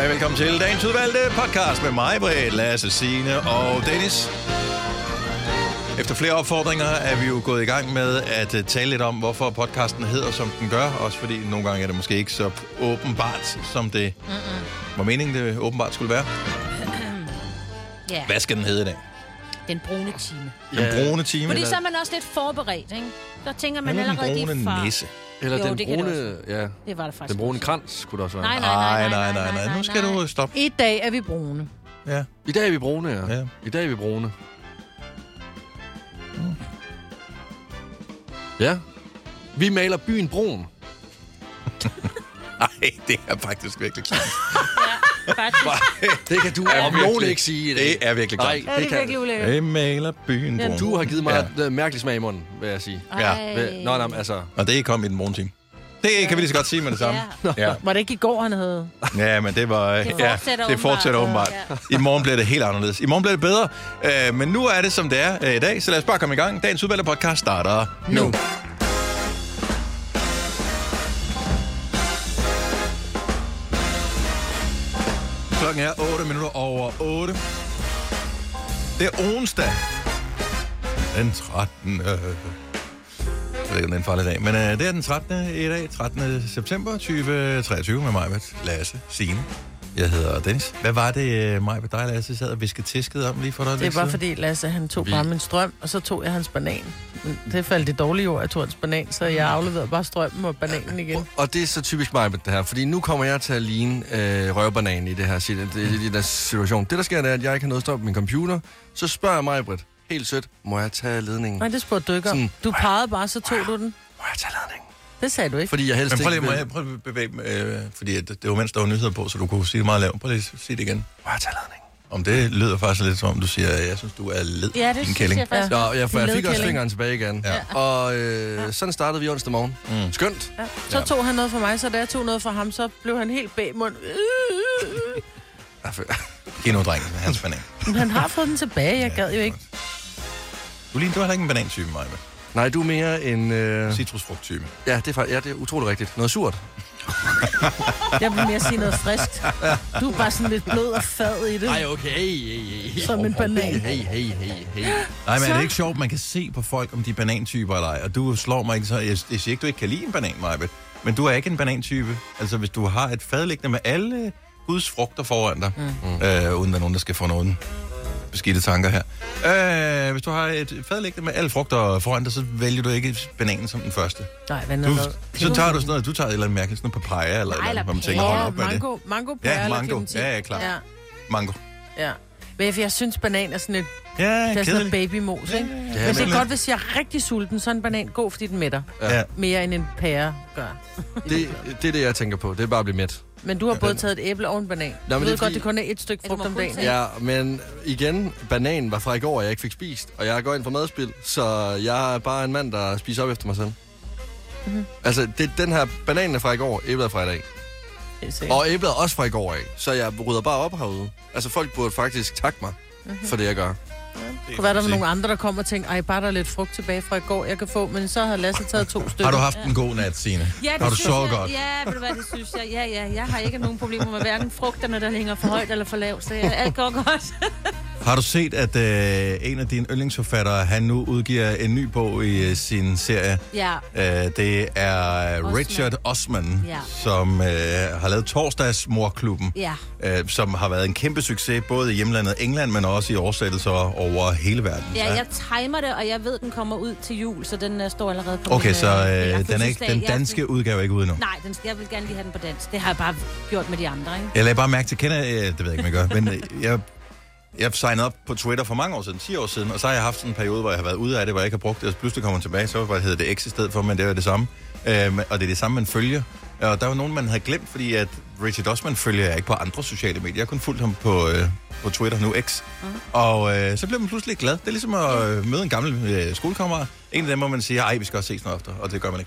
Hej, velkommen til dagens udvalgte podcast med mig, Britt, Lasse, Signe og Dennis. Efter flere opfordringer er vi jo gået i gang med at tale lidt om, hvorfor podcasten hedder, som den gør. Også fordi nogle gange er det måske ikke så åbenbart, som det var meningen, det åbenbart skulle være. Ja. Hvad skal den hedde i dag? Den brune time. Den brune time? Fordi så er man også lidt forberedt, ikke? Så tænker man allerede den brune nisse. Eller jo, den brune, det var det faktisk. Den brune krans kunne det også være. Nej. Nu skal du stoppe. I dag er vi brune. Ja. I dag er vi brune, ja. Ja. I dag er vi brune. Ja. Vi maler byen brun. Nej, det er faktisk virkelig klart. Ja, faktisk. Det kan du om nogen ikke sige i dag. Det er virkelig klart. Det er virkelig ulækkert. Det maler byen brun. Du har givet mig et mærkeligt smag i munden, vil jeg sige. Ja. Altså. Og det er kommet i den morgen time. Det kan vi lige så godt sige med det samme. Ja. Var det ikke i går, han havde? Ja, men det var... Det fortsætter åbenbart. I morgen bliver det helt anderledes. I morgen bliver det bedre. Men nu er det, som det er i dag. Så lad os bare komme i gang. Dagens udvalgte podcast starter nu. Klokken er 8 minutter over 8. Det er onsdag. Den 13. Jeg ved ikke, om det er en farlig dag, men det er den 13. i dag, 13. september 2023 med mig, Lasse, Signe. Jeg hedder Dennis. Hvad var det, mig og dig, Lasse, sad og visketiskede om lige for dig? Det var fordi Lasse, han tog bare min strøm, og så tog jeg hans banan. Men det faldt det dårlige ord, jeg tog hans banan, så jeg afleverede bare strømmen og bananen igen. Og det er så typisk mig med det her, fordi nu kommer jeg til at ligne røvbananen i det her i den situation. Det, der sker, det er, at jeg ikke har noget strøm på min computer. Så spørger jeg mig, Britt, helt sødt, må jeg tage ledningen? Nej, det spurgte du ikke om. Du pegede bare, så tog du den. Må jeg tage ledningen? Det sagde du ikke. Fordi jeg helst ikke... Men prøv at bevæge fordi det var mens der var nyheder på, så du kunne sige det meget lavt. Prøv lige at sige det igen. Må jeg tage ledningen? Om det lyder faktisk lidt som om, du siger, jeg synes, du er led. Ja, det synes jeg faktisk. Ja, jeg fik også fingeren tilbage igen. Ja. Og sådan startede vi onsdag morgen. Skønt. Ja. Så tog han noget fra mig, så da jeg tog noget fra ham, så blev han helt bag mund. Giv nu drengen med hans banan. Men han har fået den tilbage, jeg gad jo ikke. Du er heller ikke en banantype, Maja. Nej, du er mere en... Citrusfrugttype. Ja, det er utroligt rigtigt. Noget surt. Jeg vil mere sige noget friskt. Du er bare sådan lidt blød og fad i det. Ej, okay. Som en banan. Hey. Nej, men er det ikke sjovt, man kan se på folk, om de er banantyper eller ej? Og du slår mig ikke så... Jeg siger ikke, du ikke kan lide en banan, Maja. Men du er ikke en banantype. Altså, hvis du har et fadliggende med alle Guds frugter foran dig, uden at nogen, der skal få nogen beskidte tanker her. Hvis du har et fadliggende med alle frugter foran dig, så vælger du ikke bananen som den første. Nej, hvad nu? Så tager du sådan noget, du tager et eller andet mærkeligt, sådan noget papaya eller noget, hvor man tænker, hold op, hvad er det? Mango, ja, mango. Ja, klar. Ja. Mango. Ja. Men jeg synes, banan er sådan et... Ja, det er sådan noget babymos, ikke? Ja, men det er godt, hvis jeg er rigtig sulten, så er en banan god, fordi den mætter. Ja. Mere end en pære gør. Det er det, jeg tænker på. Det er bare at blive mæt. Men du har både taget et æble og en banan. Du ved godt, det kun er et stykke frugt om dagen. Ja, men igen, bananen var fra i går, og jeg ikke fik spist. Og jeg går ind for madspil, så jeg er bare en mand, der spiser op efter mig selv. Mm-hmm. Altså, den her bananen er fra i går, æblet er fra i dag. Og æblet er også fra i går af, så jeg rydder bare op herude. Altså, folk burde faktisk takke mig for det, jeg gør. Det kunne være, der var nogle andre, der kom og tænkte, ej, bare der er lidt frugt tilbage fra i går, jeg kan få, men så har Lasse taget 2 stykker. Har du haft en god nat, Signe? Ja, har du sovet godt? Ja, ved du hvad, det synes jeg. Ja, jeg har ikke nogen problemer med hverken frugterne, der hænger for højt eller for lavt, så alt går godt. Har du set, at en af dine yndlingsforfattere, han nu udgiver en ny bog i sin serie? Ja. Det er Richard Osman, som har lavet Torsdagsmorklubben, som har været en kæmpe succes, både i hjemlandet England, men også i oversættelser over hele verden. Ja, jeg timer det, og jeg ved, den kommer ud til jul, så den står allerede på okay, så den danske udgave er ikke ude nu? Nej, jeg vil gerne lige have den på dansk. Det har jeg bare gjort med de andre, ikke? Jeg lagde bare mærke til, det ved jeg ikke, man gør, men jeg signede op på Twitter for mange år siden, 10 år siden, og så har jeg haft sådan en periode, hvor jeg har været ude af det, hvor jeg ikke har brugt det, og pludselig kommer tilbage, så hedder det X i stedet for, men det er det samme. Og det er det samme, man følger. Og der var nogen, man havde glemt, fordi at Richard Osman følger jeg ikke på andre sociale medier. Jeg har kun fulgt ham på Twitter, nu X. Og så blev man pludselig glad. Det er ligesom at møde en gammel skolekammerat. En af dem, hvor man siger, ej, vi skal også ses noget oftere, og det gør man ikke.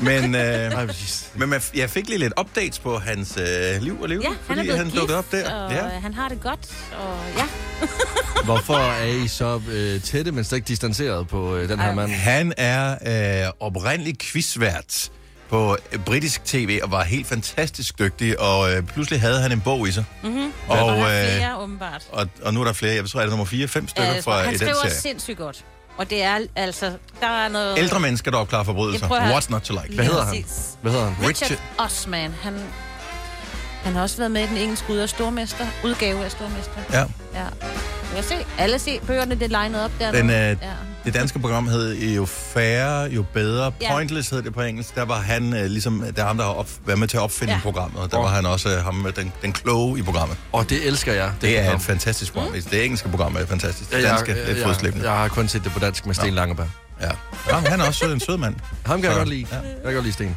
Men jeg fik lige lidt updates på hans liv og liv, fordi han dukkede op der. Og han har det godt, og ja. Hvorfor er I så tætte, men slet ikke distanceret på den her mand? Han er oprindelig quizvært på britisk tv og var helt fantastisk dygtig, og pludselig havde han en bog i sig. Mm-hmm. Og, og der er flere, åbenbart. Og nu er der flere. Jeg tror, er det nummer 4-5 stykker fra han den serie. skriver sindssygt godt. Og det er altså, der er noget... Ældre mennesker, der opklarer forbrydelser. What's not to like? Hvad hedder han? Richard Osman. Han har også været med i den engelske udgave af Stormester. Ja. Jeg se, alle bøgerne, det er legnet op der. Det danske program hed Jo færre, jo bedre. Pointless hed det på engelsk. Der var han ligesom, der ham, der har været med til at opfinde programmet. Og der var han også ham med den kloge i programmet. Og det elsker jeg. Det er et fantastisk program. Det engelske program er fantastisk. Det danske, lidt fodslæbende. Jeg har kun set det på dansk med Sten Langeberg. Ja. Jamen, han er også en sød mand. Ham kan jeg godt lide. Jeg kan godt lide Sten.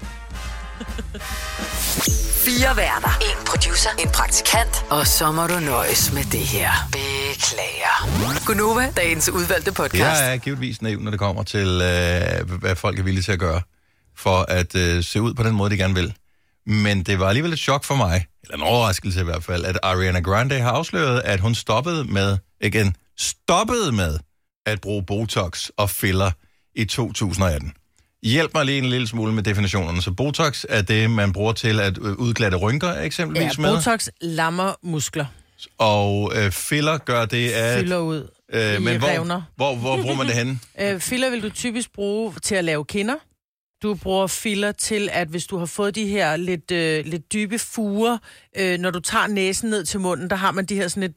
4 værter. 1 producer. 1 praktikant. Og så må du nøjes med det her. Beklager. Gunova, dagens udvalgte podcast. Jeg er givetvis naiv, når det kommer til, hvad folk er villige til at gøre, for at se ud på den måde, de gerne vil. Men det var alligevel et chok for mig, eller en overraskelse i hvert fald, at Ariana Grande har afsløret, at hun stoppede med at bruge Botox og filler i 2018. Hjælp mig lige en lille smule med definitionerne. Så Botox er det, man bruger til at udglatte rynker, eksempelvis med. Botox lammer muskler. Og filler gør det at... Fylder ud men revner. Hvor bruger man det henne? Filler vil du typisk bruge til at lave kinder. Du bruger filler til, at hvis du har fået de her lidt dybe fuger, når du tager næsen ned til munden, der har man de her sådan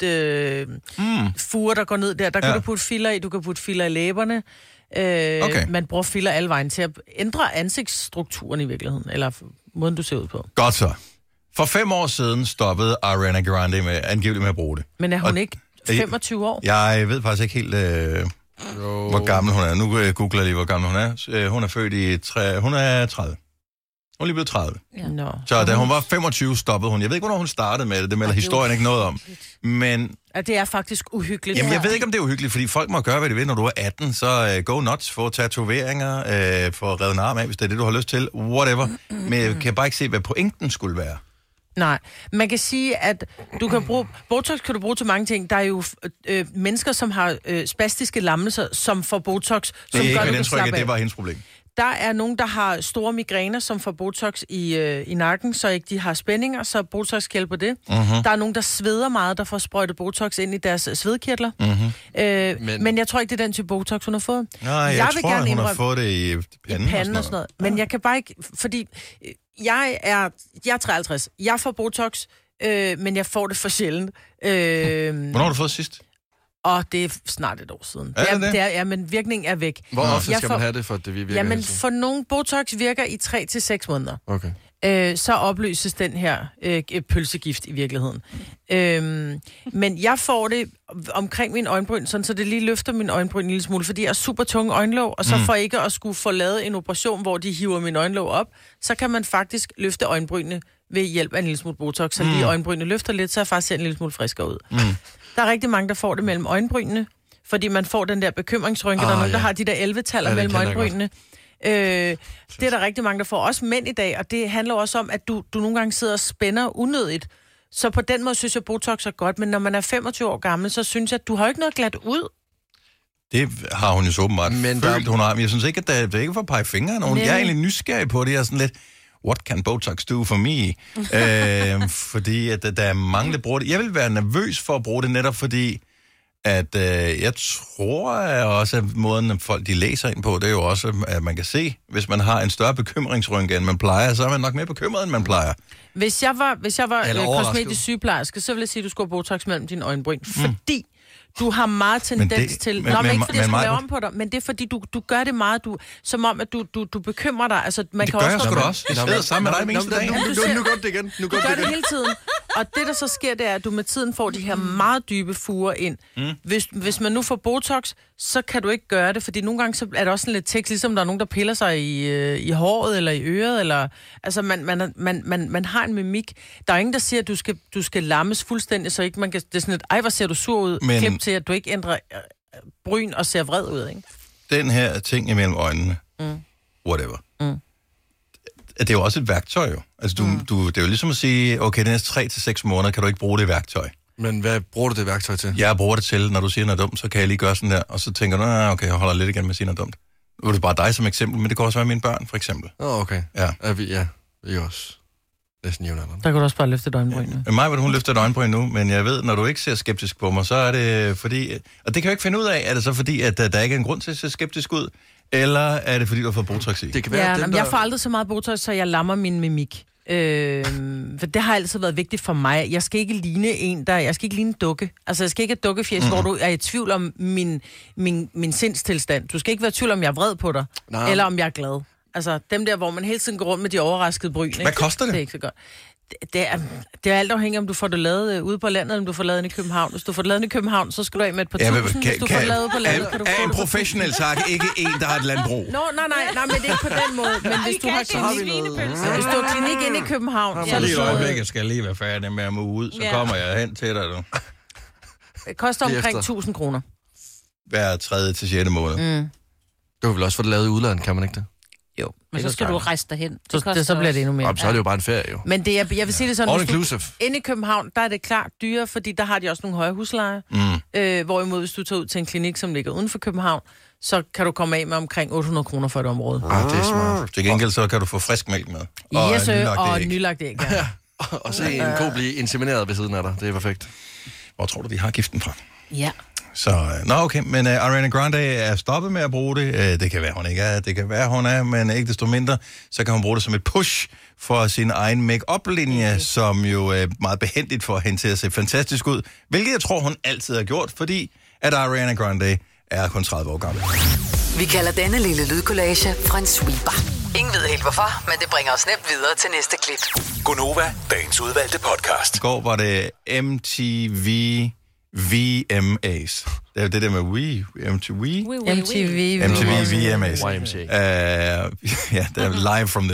et fuger, der går ned der. Der kan du putte filler i. Du kan putte filler i læberne. Man bruger filler alle vejen til at ændre ansigtsstrukturen i virkeligheden, eller måden, du ser ud på. Godt så. For 5 år siden stoppede Ariana Grande angiveligt med at bruge det. Men er hun ikke 25 år? Jeg ved faktisk ikke helt, hvor gammel hun er. Nu googler jeg lige, hvor gammel hun er. Hun er født i... Hun er 30. Hun er lige blevet 30. Ja. No. Så da hun var 25, stoppede hun. Jeg ved ikke, hvornår hun startede med det. Det melder historien ikke noget om. Men... Ja, det er faktisk uhyggeligt. Jamen, jeg ved ikke, om det er uhyggeligt, fordi folk må gøre, hvad de vil, når du er 18. Så go nuts, få tatoveringer, få revet en arm af, hvis det er det, du har lyst til. Whatever. Men jeg kan bare ikke se, hvad pointen skulle være. Nej, man kan sige, at du kan bruge, Botox kan du bruge til mange ting. Der er jo mennesker, som har spastiske lammelser, som får Botox, som det er gør, ikke du mit indtryk, at det var hendes problem. Der er nogen, der har store migræner, som får Botox i nakken, så ikke de har spændinger, så Botox kan hjælpe det. Uh-huh. Der er nogen, der sveder meget, der får sprøjtet Botox ind i deres svedkirtler. Uh-huh. Men jeg tror ikke, det er den type Botox, hun har fået. Nej, jeg tror, gerne hun har fået det i panden og sådan noget. Men jeg kan bare ikke, fordi jeg er 53. Jeg får Botox, men jeg får det for sjældent. Hvornår har du fået sidst? Og det er snart et år siden. Ja, men virkningen er væk. Hvor ofte skal man have det, for at det virker? Jamen, for nogle Botox virker i 3 til 6 måneder. Okay. Så opløses den her pølsegift i virkeligheden. Men jeg får det omkring min øjenbryn, sådan, så det lige løfter min øjenbryn en lille smule, fordi jeg er super tunge øjenlåg, og så for ikke at skulle få lavet en operation, hvor de hiver min øjenlåg op, så kan man faktisk løfte øjenbrynene ved hjælp af en lille smule Botox, så lige øjenbrynene løfter lidt, så jeg faktisk ser en lille smule friskere ud. Der er rigtig mange, der får det mellem øjenbrynene, fordi man får den der bekymringsrynke, der er nogen, der har de der 11-taller mellem øjenbrynene. Det er der rigtig mange, der får. Også mænd i dag, og det handler også om, at du nogle gange sidder og spænder unødigt. Så på den måde synes jeg, Botox er godt, men når man er 25 år gammel, så synes jeg, at du har ikke noget glat ud. Det har hun jo så åbenbart følt, hun har. Men jeg synes ikke, at det er ikke for at pege fingre af nogen. Jeg er egentlig nysgerrig på det. Jeg er sådan lidt, what can Botox do for me? Fordi at der er mange, der bruger det. Jeg vil være nervøs for at bruge det netop fordi, at jeg tror også, at måden folk de læser ind på, det er jo også, at man kan se, hvis man har en større bekymringsrynke, end man plejer, så er man nok mere bekymret, end man plejer. Hvis jeg var kosmetisk sygeplejerske, så ville jeg sige, at du skulle have Botox mellem dine øjenbryn, fordi du har meget tendens til... Ikke fordi jeg skulle lave om på dig, men det er fordi, du gør det meget, som om, at du bekymrer dig. Altså, man det kan gør også jeg sgu da også. Jeg sidder sammen med dig eneste dag. Nu gør det igen. Du gør det hele tiden. Og det, der så sker, det er, at du med tiden får de her meget dybe fuger ind. Hvis man nu får Botox, så kan du ikke gøre det, fordi nogle gange så er det også sådan lidt tekst, ligesom der er nogen, der piller sig i håret eller i øret, eller... Altså, man har en mimik. Der er ingen, der siger, at du skal lammes fuldstændig, så ikke man kan... Det er sådan et, ej, hvor ser du sur ud, klip til, at du ikke ændrer bryn og ser vred ud, ikke? Den her ting imellem øjnene, whatever. Det er jo også et værktøj, jo. Altså, det er jo ligesom at sige, okay, de næste 3 til 6 måneder kan du ikke bruge det værktøj. Men hvad bruger du det værktøj til? Jeg bruger det til, når du siger noget dumt, så kan jeg lige gøre sådan der, og så tænker du, okay, jeg holder lidt igen med at sige noget dumt. Nu er det bare dig som eksempel, men det kan også være mine børn, for eksempel. Okay. Ja. Vi er også næsten jævnaldrende. Der kan du også bare løfte et øjenbryn. Ja. Mig vil hun løfte et øjenbryn nu, men jeg ved, når du ikke ser skeptisk på mig, så er det fordi... Og det kan jeg ikke finde ud af. Er det så fordi, at der ikke er en grund til at se skeptisk ud? Eller er det fordi, du har fået Botox i? Det kan være, jeg får aldrig så meget Botox, så jeg lammer min mimik. For det har altid været vigtigt for mig. Jeg skal ikke ligne jeg skal ikke ligne en dukke. Altså, jeg skal ikke have dukkefjes, hvor du er i tvivl om min sindstilstand. Du skal ikke være i tvivl om, jeg er vred på dig. Nej. Eller om jeg er glad. Altså, dem der, hvor man hele tiden går rundt med de overraskede bryn. Hvad koster det? Det er ikke så godt. Det er alt afhængigt, om du får det lavet ude på landet, eller om du får lavet i København. Hvis du får det lavet i København, så skal du af med et par tusind. Hvis du får det lavet på landet, kan du få en professionel sak, ikke en, der har et landbrug. Nej, men det er ikke på den måde. Men hvis du har klinik inde i København, så er det så... Lige jeg skal lige være færdig med at move ud, så kommer jeg hen til dig, du. Det koster omkring 1.000 kroner. Hver 3. til 6. måned. Du vil vel også få det lavet i udlandet, kan man ikke det? Jo, men så skal du rejse derhen. Så bliver det endnu mere. Så er det jo bare en ferie, jo. Men jeg vil sige det sådan, all inclusive. Inde i København, der er det klart dyre, fordi der har de også nogle høje husleje. Hvorimod, hvis du tager ud til en klinik, som ligger uden for København, så kan du komme af med omkring 800 kroner for et område. Det er smart. Til gengæld så kan du få frisk mælk med. Og nylagt æg. Ja. Og se en ko blive insemineret ved siden af dig. Det er perfekt. Hvor tror du, de har giften fra? Ja. Så, okay, men Ariana Grande er stoppet med at bruge det. Det kan være, hun ikke er, det kan være, hun er, men ikke desto mindre, så kan hun bruge det som et push for sin egen make-up-linje, som jo er meget behændigt for hende til at se fantastisk ud, hvilket jeg tror, hun altid har gjort, fordi at Ariana Grande er kun 30 år gammel. Vi kalder denne lille lydkollage en sweeper. Ingen ved helt hvorfor, men det bringer os nemt videre til næste klip. Gonova, dagens udvalgte podcast. I går var det MTV VMAs. Det er det der med MTV VMAs. Ja, det er live from the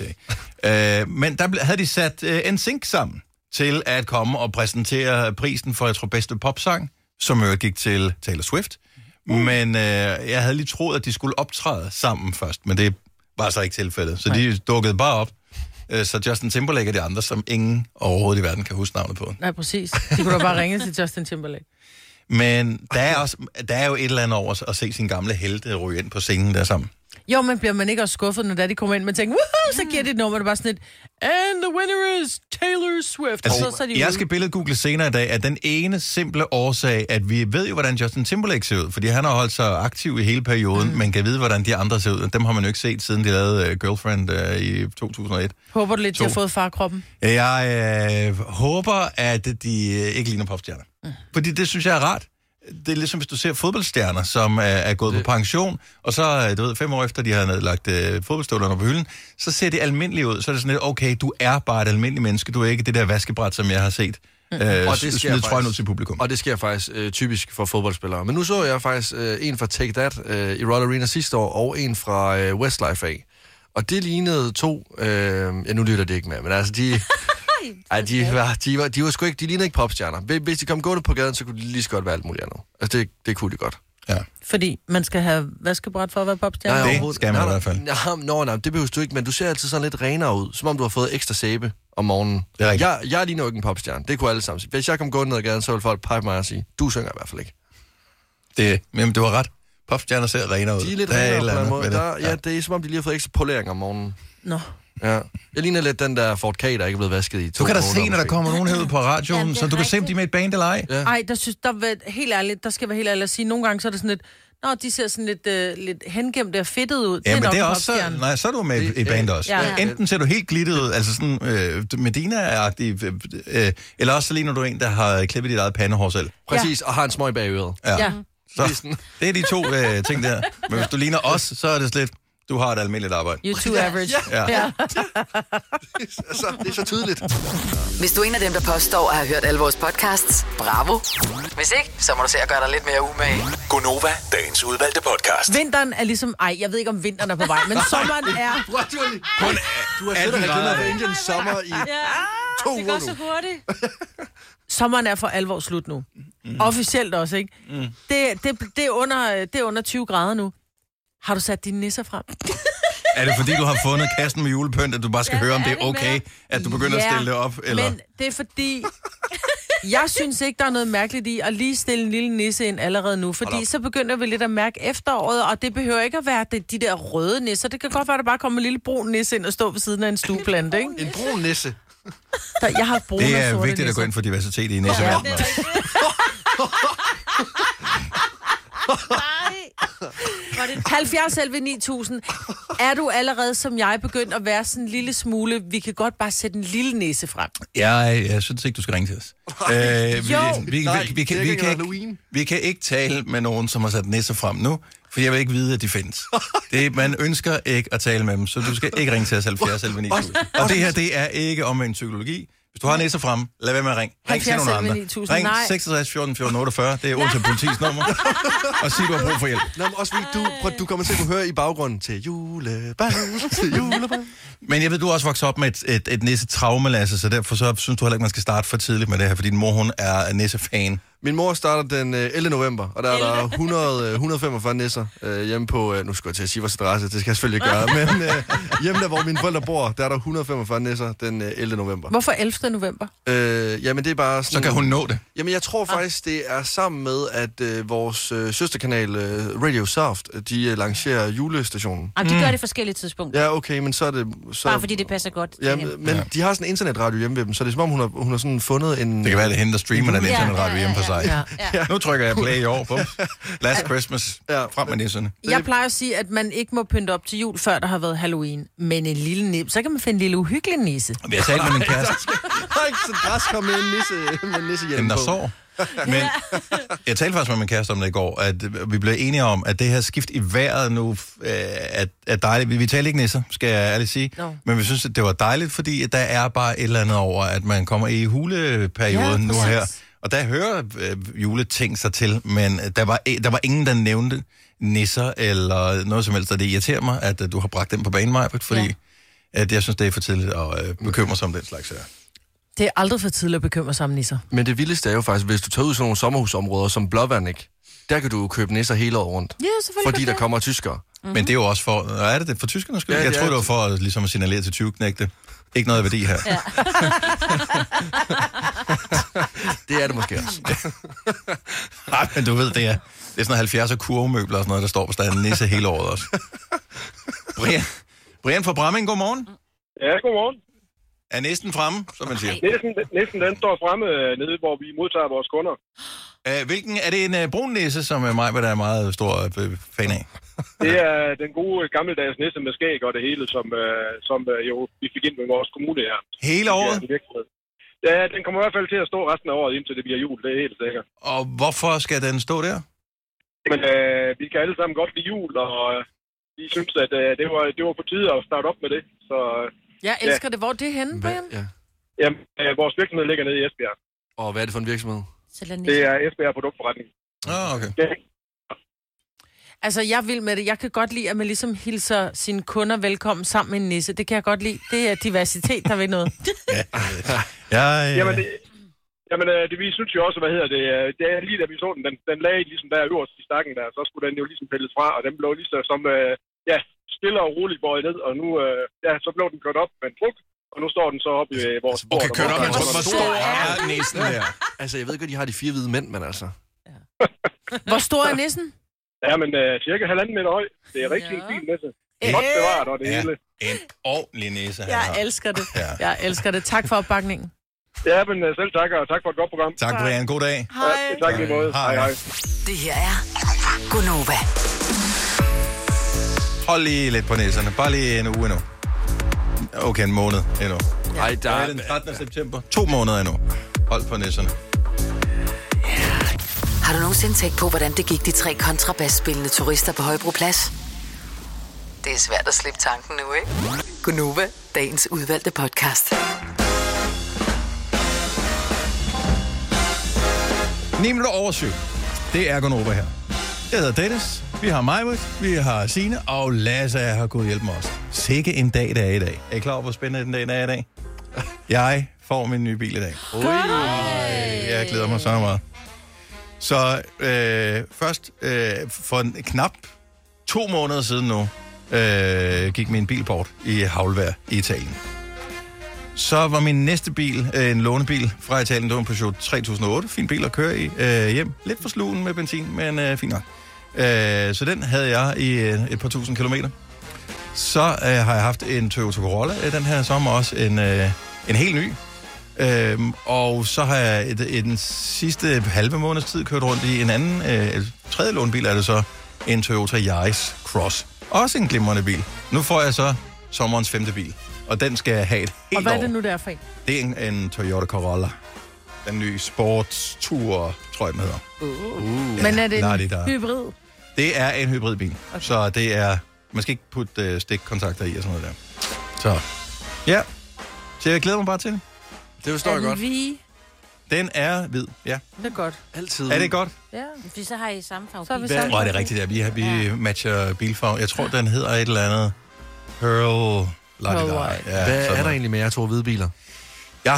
YMCA. Men der havde de sat NSYNC sammen til at komme og præsentere prisen for, jeg tror, bedste popsang, som jo gik til Taylor Swift. Men jeg havde lige troet, at de skulle optræde sammen først, men det var så ikke tilfældet. Så de dukkede bare op. Så Justin Timberlake er de andre, som ingen overhovedet i verden kan huske navnet på. Nej, præcis. De kunne da bare ringe til Justin Timberlake. Men der er jo et eller andet over at se sin gamle helte ryge ind på scenen der sammen. Jo, men bliver man ikke også skuffet, når de kommer ind, man tænker, woohoo, så giver de et nummer, der bare sådan et, and the winner is Taylor Swift. Altså, så jeg skal billedgoogle senere i dag, at den ene simple årsag, at vi ved jo, hvordan Justin Timberlake ser ud, fordi han har holdt sig aktiv i hele perioden, men kan vide, hvordan de andre ser ud. Dem har man jo ikke set, siden de lavede Girlfriend i 2001. Håber du lidt, de har fået farkroppen? Jeg håber, at de ikke ligner popstjerner. Fordi det synes jeg er rart. Det er ligesom, hvis du ser fodboldstjerner, som er gået på pension, og så, 5 år efter, de har nedlagt fodboldstøvlerne på hylden, så ser det almindeligt ud. Så er det sådan lidt, okay, du er bare et almindeligt menneske, du er ikke det der vaskebræt, som jeg har set. Og det sker faktisk ud til publikum. Og det sker faktisk typisk for fodboldspillere. Men nu så jeg faktisk en fra Take That i Royal Arena sidste år, og en fra Westlife af. Og det lignede to... nu lytter det ikke med, men altså de... Ej, de var sgu ikke, de lignede ikke popstjerner. Hvis de kom gående på gaden, så kunne de lige så godt være alt muligt andet. Altså, det kunne de godt. Ja. Fordi man skal have vaskebræt for at være popstjerne? Nej, det skal man i hvert fald. Nej, det behøver du ikke, men du ser altid sådan lidt renere ud, som om du har fået ekstra sæbe om morgenen. Jeg ligner jo ikke en popstjerne, det kunne alle sammen sige. Hvis jeg kom gående ned ad gaden, så ville folk pege mig og sige, du synger i hvert fald ikke. Men du har ret. Popstjerner ser renere ud. De er lidt renere på en måde. Det er som om, de lige har fået ekstra polering om morgenen. Nå. Ja. Jeg ligner lidt den der Ford K, der ikke er blevet vasket i 2 måneder. Du kan da se, når der måske kommer nogen herud på radioen, så du kan se, om de er med et band eller ej. Ej, helt ærligt, der skal være helt ærligt at sige, nogle gange så er det sådan lidt, de ser sådan lidt hengemte og fedtet ud. Ja, men det er også så er du med et band også. Ja. Enten ser du helt glittet ud, altså sådan Medina-agtig, eller også så ligner du en, der har klippet dit eget pandehår selv. Præcis, og har en smøg bag øret. Ja. Så det er de 2 ting der. Men hvis du ligner os, så er det slet... Du har et almindeligt arbejde. You're too average. Ja. Det er så tydeligt. Hvis du er en af dem, der påstår at have hørt alle vores podcasts, bravo. Hvis ikke, så må du se at gøre dig lidt mere umage. Gonova, dagens udvalgte podcast. Vinteren er ligesom... jeg ved ikke, om vinteren er på vej, men sommeren er... Du har siddet og glemt at Indian sommer i 2 uger nu. Det går så hurtigt. Sommeren er for alvor slut nu. Officielt også, ikke? Det er under 20 grader nu. Har du sat dine nisser frem? Er det fordi, du har fundet kassen med julepynt, at du bare skal høre, om det er okay, at du begynder at stille det op? Eller? Men det er fordi... Jeg synes ikke, der er noget mærkeligt i at lige stille en lille nisse ind allerede nu, fordi så begynder vi lidt at mærke efteråret, og det behøver ikke at være de der røde nisser. Det kan godt være, at der bare kommer en lille brun nisse ind og stå ved siden af en stueplante, ikke? En brun nisse. Jeg har brune Det og er sorte vigtigt nisser. at gå ind for diversitet i nisseverdenen. Var det 70 11 9000. Er du allerede, som jeg, begyndt at være sådan en lille smule, vi kan godt bare sætte en lille næse frem? Jeg synes ikke, du skal ringe til os. Vi kan ikke tale med nogen, som har sat nisser frem nu, for jeg vil ikke vide, at de findes. Man ønsker ikke at tale med dem, så du skal ikke ringe til os 70 11 9000. Og det her, det er ikke omvendt psykologi. Hvis du har nisser frem, lad være med at ringe. Ring til nogle andre. Ring 66 14 14 48, det er Odense Politis nummer. Og sig, du har brug for hjælp. Nå, men også fordi du kommer til at kunne høre i baggrunden til julebal, til julebal. Men jeg ved, du er også vokset op med et nisse-traume, Lasse, så derfor så synes du heller ikke, man skal starte for tidligt med det her, fordi din mor, hun er nisse-fan. Min mor starter den 11. november, og der er der 145 nisser hjemme på, nu skal jeg til at sige vores adresse, det skal jeg selvfølgelig ikke gøre, men hjemme der, hvor mine forældre bor, der er der 145 nisser den 11. november. Hvorfor 11. november? Jamen det er bare sådan... Så kan hun nå det. Jamen jeg tror faktisk, det er sammen med, at vores søsterkanal Radio Soft, de lancerer julestationen. Jamen, de gør det i forskellige tidspunkter. Ja, okay, men så er det... Bare fordi det passer godt til hende. Men de har sådan en internetradio hjemme ved dem, så det er som om, hun har sådan fundet en... Det kan være, det er hende, der streamer den internetradio hjemme på sig. Ja. Nu trykker jeg play i år. Bum. Last Christmas. Frem med nisserne. Jeg plejer at sige, at man ikke må pynte op til jul, før der har været Halloween. Men en lille nip, så kan man finde en lille uhyggelig nisse. Vi har talt med min kæreste. Der er ikke så græsker med en nissehjelm Den der på. sår. Men jeg talte faktisk med min kæreste om det i går, at vi blev enige om, at det her skift i vejret nu er dejligt. Vi talte ikke nisser, skal jeg ærligt sige. No. Men vi synes, at det var dejligt, fordi der er bare et eller andet over, at man kommer i huleperioden nu her. Og der hører juleting sig til, men der var ingen, der nævnte nisser eller noget som helst. Og det irriterer mig, at du har bragt dem på banen, Majbert, fordi at jeg synes, det er for tidligt at bekymre sig om den slags her. Det er aldrig for tidligt at bekymre sig om nisser. Men det vildeste er jo faktisk, hvis du tager ud sådan nogle sommerhusområder som Blåvand, ikke? Der kan du købe nisser hele året rundt. Ja, selvfølgelig. Fordi der kommer tyskere. Mm-hmm. Men det er jo også for... Er det for tyskerne skyld? Ja, jeg tror det var for ligesom at signalere til 20-knægte. Ikke noget værdi her. Ja. Det er det måske også. Nej, men du ved, det er sådan 70'er kurvemøbler og sådan noget, der står på standen nisse hele året også. Brian fra Bramming, godmorgen. Ja, godmorgen. Er næsten fremme, som man siger? Næsten den står fremme nede, hvor vi modtager vores kunder. Hvilken er det en brun nisse, som mig der er meget stor fan af? Det er den gode gammeldags nisse med skæg og det hele, som jo vi fik ind med vores kommune her. Hele året? Ja, den kommer i hvert fald til at stå resten af året, indtil det bliver jul, det er helt sikkert. Og hvorfor skal den stå der? Men vi kan alle sammen godt lide jul, og vi synes, at det var på tide at starte op med det. Så, jeg elsker det. Hvor er det henne, Brian? Ja. Jamen, vores virksomhed ligger nede i Esbjerg. Og hvad er det for en virksomhed? Det er Esbjerg Produktforretning. Okay. Ja. Altså, jeg vil med det. Jeg kan godt lide, at man ligesom hilser sine kunder velkommen sammen med en nisse. Det kan jeg godt lide. Det er diversitet, der ved noget. Jamen, vi synes jo også, det er lige da vi så den lagde ligesom der øverst i stakken der, så skulle den jo ligesom pilles fra, og den blev ligesom som, stille og roligt båret ned, og nu, så blev den kørt op med en truk, og nu står den så oppe i vores bord. Okay, kørt op med en truk. Hvor stor er nissen der? Altså, jeg ved ikke, at de har de 4 hvide mænd, men altså... Ja. Hvor stor er nissen? Ja, men cirka 1,5 meter høj. Det er rigtig en fin nisse. Godt bevaret, og det hele. En ordentlig nisse, Jeg elsker det. Jeg elsker det. Tak for opbakningen. Ja, men selv tak, og tak for et godt program. Tak, Brian. God dag. Hej. Ja, tak i lige måde. Hej. Det her er Gonova. Hold lige lidt på næserne. Bare lige en uge endnu. Okay, en måned endnu. Ej, der er den 13. september. 2 måneder endnu. Hold på næserne. Har du nogensinde tænkt på, hvordan det gik de 3 kontrabasspillende turister på Højbroplads? Det er svært at slippe tanken nu, ikke? Gonova, dagens udvalgte podcast. 7:09. Det er Gonova her. Jeg hedder Dennis. Vi har Majbert, vi har Signe, og Lasse har gået hjælp med os. Sikke en dag, det er i dag. Er I klar over, hvor spændende den dag er i dag? Jeg får min nye bil i dag. Jeg glæder mig så meget. Så først for knap 2 måneder siden nu, gik min bil bort i havlvejr i Italien. Så var min næste bil en lånebil fra Italien. Det var en Peugeot 3008. Fin bil at køre i hjem. Lidt for slugen med benzin, men fint nok. Så den havde jeg i et par tusind kilometer. Så har jeg haft en Toyota Corolla den her sommer, også en helt ny. Og så har jeg i den sidste halve måneds tid kørt rundt i en anden, tredje lånebil er det så, en Toyota Yaris Cross. Også en glimrende bil. Nu får jeg så sommerens 5. bil, og den skal jeg have et helt år. Og hvad er det nu, der er for en? Det er en Toyota Corolla. Den nye Sportstour, tror jeg, den hedder. Ja, men er det en hybrid? Det er en hybridbil, okay. Så det er... Man skal ikke putte stikkontakter i og sådan noget der. Så, ja. Så jeg glæder mig bare til det. Det forstår jeg godt. Den er hvid, ja. Det er godt. Altid. Er det godt? Ja, fordi så har I samme farve. Så er vi samme. Det er rigtigt, ja. Vi matcher bilfarve. Jeg tror, den hedder et eller andet Pearl White. Ja, hvad er der egentlig med jer to hvide biler? Jeg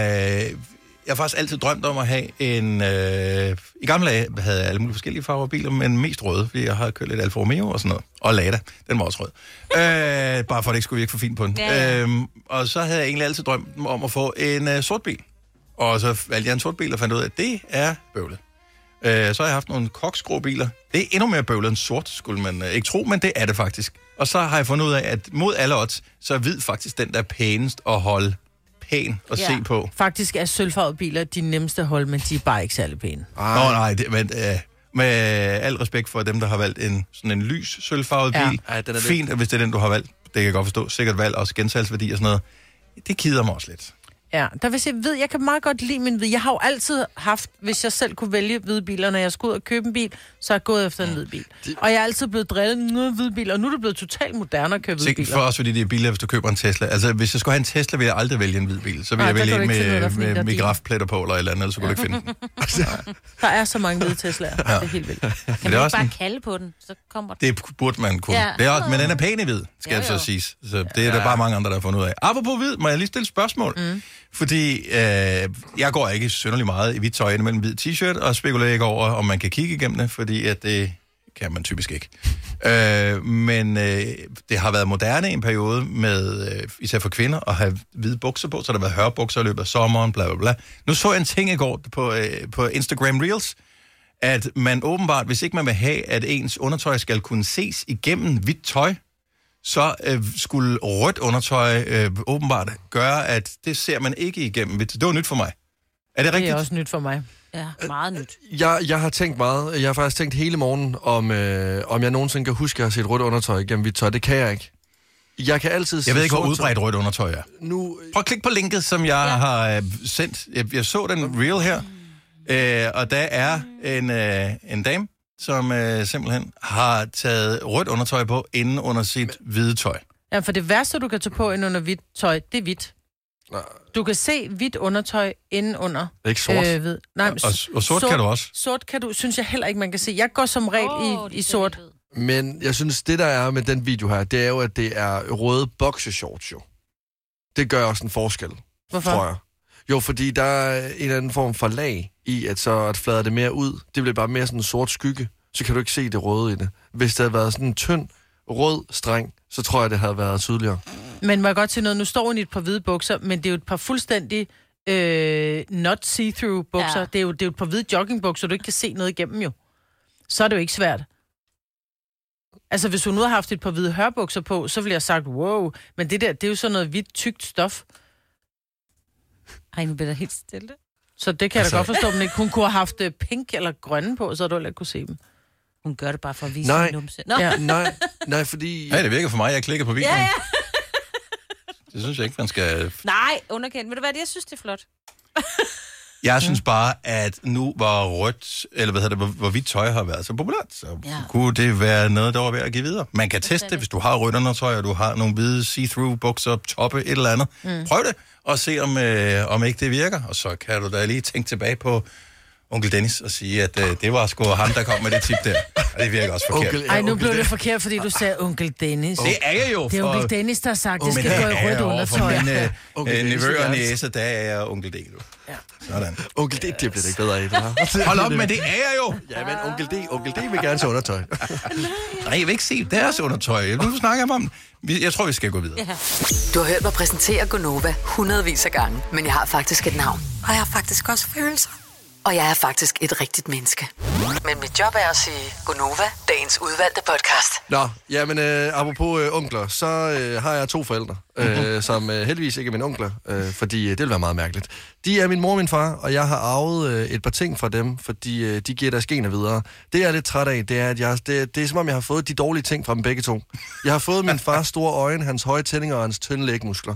har faktisk altid drømt om at have en... I gamle dage havde jeg alle mulige forskellige farver biler, men mest røde, fordi jeg har kørt lidt Alfa Romeo og sådan noget. Og Lada, den var også rød. Bare for at det ikke skulle virke for fint på den. Ja. Og så havde jeg egentlig altid drømt om at få en sort bil. Og så valgte jeg en sort bil og fandt ud af, at det er bøvlet. Så har jeg haft nogle koksgrå biler. Det er endnu mere bøvlet end sort, skulle man ikke tro, men det er det faktisk. Og så har jeg fundet ud af, at mod alle odds, så er hvid faktisk den, der er pænest at holde pæn at se på. Faktisk er sølvfarvede biler de nemmeste at holde, men de er bare ikke særlig pæne. Nej, men med al respekt for dem, der har valgt sådan en lys sølvfarvet bil. Ja, den er fint, hvis det er den, du har valgt. Det kan jeg godt forstå. Sikkert valg, også gensalgsværdi og sådan noget. Det kider mig også lidt. Ja, der vil sige, jeg kan meget godt lide min hvid. Jeg har jo altid haft, hvis jeg selv kunne vælge hvide biler, når jeg skulle ud og købe en bil, så er jeg gået efter en hvid bil. Og jeg er altid blevet drevet noget hvid bil, og nu er det blevet totalt moderne at købe hvide biler. For os, fordi det er billigere, hvis du køber en Tesla. Altså, hvis jeg skulle have en Tesla, ville jeg aldrig vælge en hvid bil. Så ville jeg vælge en med migrafpletter på, eller et eller andet, ellers så kunne du ikke finde den. Der er så mange hvide Teslaer. Ja. Det er helt vildt. Kan man ikke bare kalde på den, så kommer den? Det burde man kunne. Ja. Det er også, men den er pæn i hvid, skal jeg så sige. Så det er der bare mange andre, der har fundet ud af. Apropos hvid, må jeg lige stille et spørgsmål? Fordi jeg går ikke synderligt meget i hvidt tøj mellem hvid t-shirt, og spekulerer ikke over, om man kan kigge igennem det, fordi at det kan man typisk ikke. Men det har været moderne i en periode, med især for kvinder, at have hvide bukser på, så der har været hørbukser i løbet af sommeren, bla bla bla. Nu så jeg en ting i går på Instagram Reels, at man åbenbart, hvis ikke man vil have, at ens undertøj skal kunne ses igennem hvidt tøj, så skulle rødt undertøj åbenbart gøre, at det ser man ikke igennem. Det var nyt for mig. Er det rigtigt? Det er også nyt for mig. Ja, meget nyt. Jeg har tænkt meget. Jeg har faktisk tænkt hele morgen, om jeg nogensinde kan huske at have set rødt undertøj igennem hvidt tøj. Det kan jeg ikke. Jeg kan altid Jeg ved ikke, hvor udbredt rødt undertøj er. Nu... Prøv at klikke på linket, som jeg har sendt. Jeg så den reel her, og der er en dame, som simpelthen har taget rødt undertøj på inden under sit hvide tøj. Ja, for det værste, du kan tage på inden under hvidt tøj, det er hvidt. Du kan se hvidt undertøj inden under. Ikke sort. Hvid. Nej, og sort kan du også. Sort kan du, synes jeg heller ikke, man kan se. Jeg går som regel i sort. Men jeg synes, det der er med den video her, det er jo, at det er røde boxershorts jo. Det gør også en forskel. Hvorfor? Tror jeg. Jo, fordi der er en eller anden form for lag i, at så at flader det mere ud. Det bliver bare mere sådan en sort skygge. Så kan du ikke se det røde i det. Hvis det havde været sådan en tynd, rød streng, så tror jeg, det havde været tydeligere. Men må jeg godt sige noget? Nu står hun i et par hvide bukser, men det er jo et par fuldstændig not see-through bukser. Ja. Det er jo et par hvide joggingbukser, du ikke kan se noget igennem jo. Så er det jo ikke svært. Altså, hvis hun nu har haft et par hvide hørbukser på, så ville jeg have sagt, wow. Men det der, det er jo sådan noget hvidt, tykt stof. Ej, nu bliver der helt stille. Så det kan jeg da godt forstå, men ikke. Hun kunne have haft pink eller grønne på, så du heller ikke kunne se dem. Hun gør det bare for at vise sin numse. Ja. Nej, fordi... Ja, det virker for mig, jeg klikker på videoen. Ja. Det synes jeg ikke, man skal... Nej, underkendt. Ved du hvad, jeg synes, det er flot. Jeg synes bare, at nu var rødt, eller hvor hvidt tøj har været så populært, så kunne det være noget, der var ved at give videre. Man kan teste det, hvis du har rødt undertøj, og du har nogle hvide see-through bukser, toppe, et eller andet. Prøv det, og se om ikke det virker. Og så kan du da lige tænke tilbage på, onkel Dennis og sige, at det var sgu ham, der kom med det tip der. Og det virker også forkert. Ej, nu blev det forkert, fordi du sagde onkel Dennis. Det er jeg jo. Det er onkel Dennis, der har sagt, det skal gå i rødt undertøj. For mine nevøer og næser, der er jeg onkel D. Ja. Sådan. Onkel D, det bliver det ikke bedre af, det her. Hold op, men det er jeg jo. Ja, men onkel D vil gerne se undertøj. Nej, jeg vil ikke se deres undertøj. Nu snakker jeg om. Jeg tror, vi skal gå videre. Ja. Du har hørt mig præsentere Gonova hundredvis af gange, men jeg har faktisk et navn. Og jeg har faktisk også følelser. Og jeg er faktisk et rigtigt menneske. Men mit job er at sige Gonova, dagens udvalgte podcast. Nå, jamen apropos onkler, så har jeg 2 forældre, som heldigvis ikke er mine onkler, fordi det vil være meget mærkeligt. De er min mor og min far, og jeg har arvet et par ting fra dem, fordi de giver deres gener videre. Det jeg er lidt træt af, det er, at det er som om, jeg har fået de dårlige ting fra dem begge to. Jeg har fået min fars store øjne, hans høje tændinger og hans tynde lægmuskler.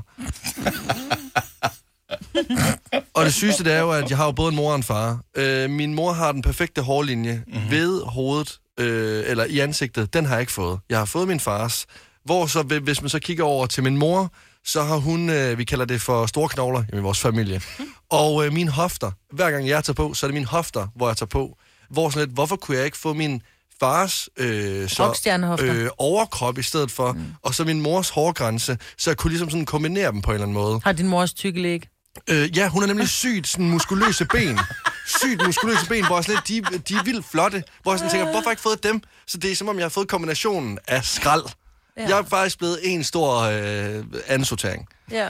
Og det sygeste, det er jo, at jeg har jo både en mor og en far. Min mor har den perfekte hårlinje ved hovedet, eller i ansigtet. Den har jeg ikke fået. Jeg har fået min fars. Hvor så, hvis man så kigger over til min mor, så har hun, vi kalder det for store knogler i vores familie. Og mine hofter, hver gang jeg tager på, så er det mine hofter, hvor jeg tager på. Hvor sådan lidt, hvorfor kunne jeg ikke få min fars overkrop i stedet for, og så min mors hårgrænse, så jeg kunne ligesom sådan kombinere dem på en eller anden måde. Har din mors tykke læg? Ja, hun er nemlig sygt sådan muskuløse ben. Hvor jeg slet, de er vildt flotte. Hvor jeg sådan tænker, hvorfor har jeg ikke fået dem? Så det er som om, jeg har fået kombinationen af skrald. Ja. Jeg er faktisk blevet en stor ansortering. Ja.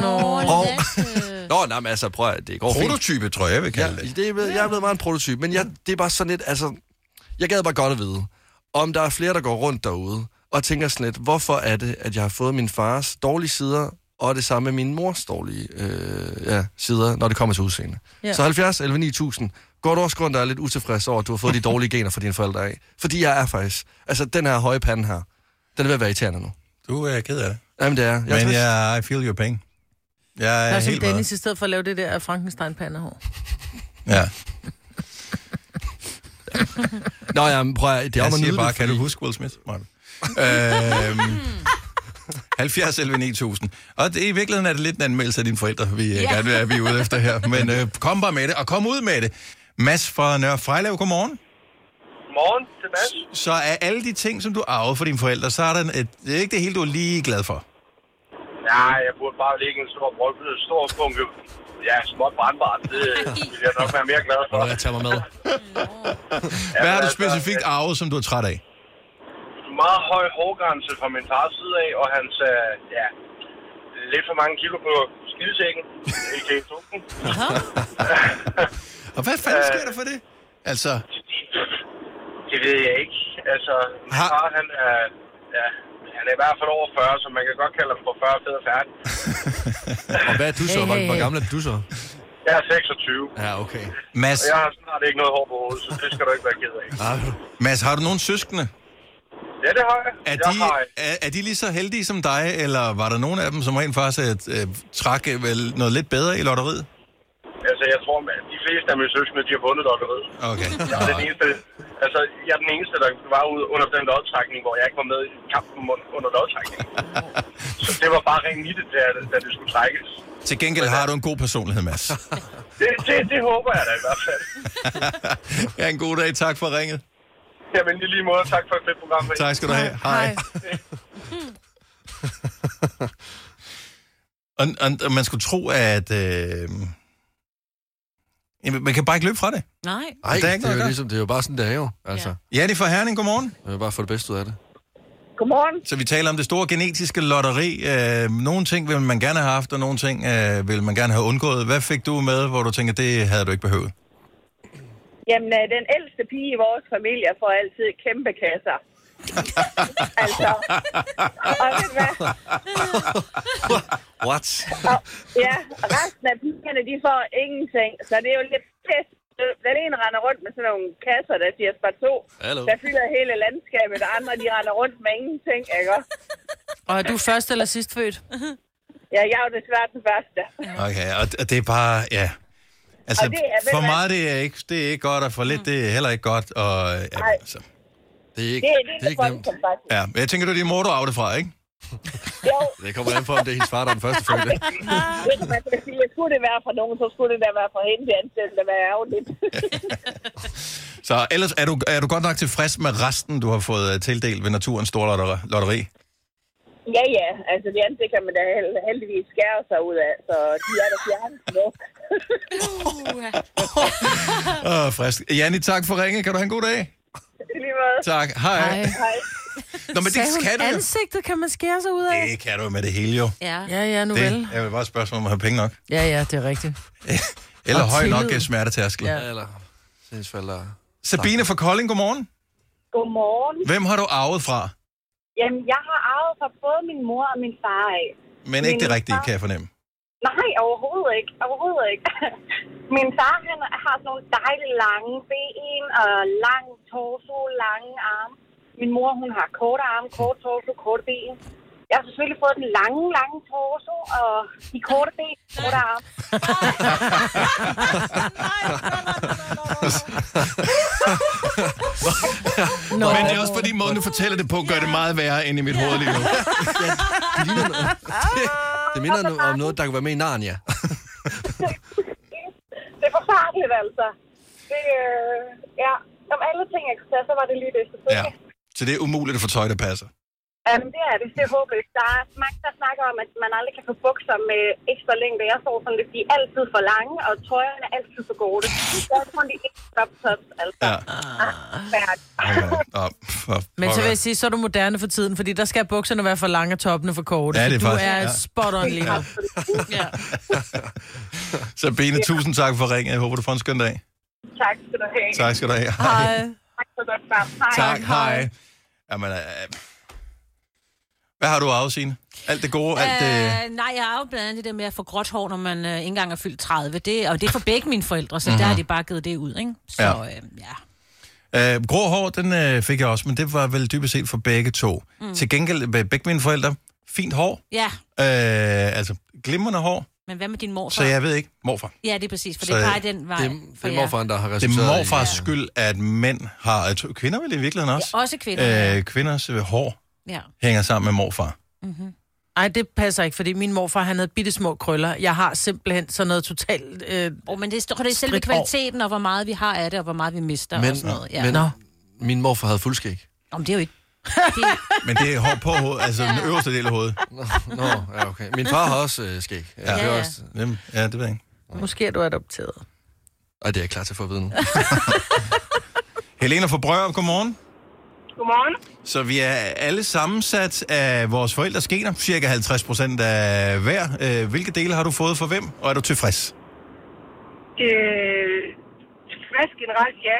Nå, men altså, prøv at det går fint. Prototype, tror jeg vil kalde det. Jeg er blevet meget en prototype, men det er bare sådan lidt, altså, jeg gad bare godt at vide, om der er flere, der går rundt derude, og tænker sådan lidt, hvorfor er det, at jeg har fået min fars dårlige sider, og det samme med min mors dårlige sider, når det kommer til udseende. Ja. Så 70, 11, 9000. Går du også grund, der er lidt utilfreds over, at du har fået de dårlige gener fra dine forældre af? Fordi jeg er faktisk... Altså, den her høje pande her, den er ved at være irriterende nu. Du er ked af det. Jamen, det er. I feel your pain. Jeg er helt Dennis i stedet for at lave det der Frankenstein-pandehår. Ja. Nå, ja, prøv at... Det er jeg siger bare, fordi... kan du huske Will Smith, Martin? 70 11 9000. Og det, i virkeligheden er det lidt en anmeldelse af dine forældre, vi gerne vil have, vi er ude efter her. Men kom bare med det, og kom ud med det. Mads fra Nørre Frejlev, godmorgen. Godmorgen til Mads. Så af alle de ting, som du arvede for dine forældre, så er der det er ikke det hele, du er lige glad for? Nej, jeg burde bare lægge en stor bunke. Ja, småt brandbart. Det vil jeg nok være mere glad for. Jeg tager mig med. Hvad har du specifikt arvet, som du er træt af? Meget høj hårgrænse fra min fars side af, og hans, lidt for mange kilo på skidesækken. Ikke tunken. Og hvad fanden sker der for det? Altså... Det ved jeg ikke. Altså, min far, han er i hvert fald over 40, så man kan godt kalde ham for 40 fed og færdig. Og hvad er du så? Hvor gammel er du så? Jeg er 26. Ja, okay. Mads... Og jeg har snart ikke noget hår på hovedet, så det skal du ikke være ked af. Mads, har du nogen søskende? Ja, det har jeg. Er de lige så heldige som dig, eller var der nogen af dem, som rent faktisk trak vel noget lidt bedre i lotteriet? Altså, jeg tror, at de fleste af mine søskende, de har vundet lotteriet. Okay. Jeg er den eneste, der var ude under den lodtrækning, hvor jeg ikke var med i kampen under lodtrækningen. Så det var bare rent nittet, da det skulle trækkes. Til gengæld har du en god personlighed, Mads. Det håber jeg da i hvert fald. Ja, en god dag. Tak for ringet. Jamen, i lige måde. Tak for et fedt program. Tak skal du have. Hej. Og man skulle tro, at... man kan bare ikke løbe fra det. Nej. Det er jo bare sådan, det er jo. Altså. Ja, det er fra Herning. Godmorgen. Jeg vil bare få det bedste ud af det. Godmorgen. Så vi taler om det store genetiske lotteri. Nogle ting vil man gerne have haft, og nogle ting vil man gerne have undgået. Hvad fik du med, hvor du tænker, det havde du ikke behøvet? Jamen, den ældste pige i vores familie får altid kæmpe kasser. Altså. Og ved du hvad? What? Og, ja, resten af pigerne, de får ingenting. Så det er jo lidt pæst. Den ene render rundt med sådan nogle kasser, der siger spar 2, der fylder hele landskabet, og andre, de render rundt med ingenting, ikke? Og er du først eller sidst født? Ja, jeg er jo desværre den første. Okay, og det er bare, ja... Altså, for meget det er ikke godt, og for lidt det er heller ikke godt, og... Ja, altså. Det er ikke nemt. Ja, men jeg tænker, det er din mor, du arver det fra, ikke? Jo. Det kommer an på, om det er hendes far, der er den første fødte. Man kan sige, at skulle det være for nogen, så skulle det da være for hende, det ansatte, være ærgerligt. Så ellers er du godt nok tilfreds med resten, du har fået tildelt ved Naturens Store Lotteri? Ja, altså det andet, det kan man da heldigvis skære sig ud af, så de er der fjernet nu. Frisk. Janni, tak for ringe. Kan du have en god dag? I lige måde. Tak. Hej. Hej. Nå, men det kan du jo. Ansigtet kan man skære sig ud af? Det kan du med det hele jo. Ja, nu vel. Det er jo bare et spørgsmål om at have penge nok. Ja, det er rigtigt. Eller høj nok smertetærskel. Ja, eller sindsfælder. Sabine fra Kolding, godmorgen. Godmorgen. Hvem har du arvet fra? Jamen, jeg har arvet fra både min mor og min far af. Men ikke det rigtige, kan jeg fornemme. Nej, overhovedet ikke. Min far, han har sådan nogle dejlige lange ben og lang torso, lange arme. Min mor, hun har korte arme, kort torso, korte ben. Jeg har selvfølgelig fået den lange torso og de korte ben, korte arme. Men det er også fordi måden, du fortæller det på, gør det meget værre end i mit hoved lige nu. Det minder om noget, der kan være med i Narnia. Det er forfærdeligt, altså. Om alle ting, jeg kunne tage, så var det lige det. Ja. Så det er umuligt at få tøj, der passer. Jamen, det er det. Det er håbløst. Der er mange, der snakker om, at man aldrig kan få bukser med ekstra længde. Jeg står sådan lidt, de er altid for lange, og trøjerne er altid for korte. Så er det kun de ekstra tops, altså. Ja. Men så vil jeg sige, så er du moderne for tiden, fordi der skal bukserne være for lange og toppene for korte. Ja, det er du faktisk, er spot on lige nu. Ja. Sabine, tusind tak for ringen. Jeg håber, du får en skøn dag. Tak skal du have. Tak skal du have. Hej. Tak for godt sammen. Hej. Tak, hej. Jamen, hvad har du arvet, Signe? Alt det gode, alt det... Nej, jeg har jo blandt andet det der med at få gråt hår, når man ikke engang er fyldt 30. Og det er for begge mine forældre, så der har de bare givet det ud, ikke? Så ja. Grå hår, den fik jeg også, men det var vel dybest set for begge to. Til gengæld, begge mine forældre, fint hår. Ja. Altså, glimrende hår. Men hvad med din morfar? Så jeg ved ikke, morfar. Ja, det er præcis, for det peger den vej. Det er morfaren, der har resulteret. Det er morfars skyld, at mænd har... Kvinder vel i virkeligheden også? Ja, også kvinder. Kvinders hår ja. hænger sammen med morfar. Mm-hmm. Ej, det passer ikke, fordi min morfar, han havde bittesmå krøller. Jeg har simpelthen sådan noget totalt... men det er selve kvaliteten, og hvor meget vi har af det, og hvor meget vi mister. Og sådan noget. Ja. Men min morfar havde fuldskæg. Det er jo ikke... Men det er hår på hovedet, altså den øverste del af hovedet. Nå, ja, okay. Min far har også skæg. Ja, det er også... Ja, det ved jeg ikke. Måske er du adopteret. Og det er jeg klar til at få at vide nu. Helena fra Brørup, godmorgen. Godmorgen. Så vi er alle sammensat af vores forældres gener, cirka 50% af hver. Hvilke dele har du fået for hvem, og er du tilfreds? Tilfreds generelt, ja.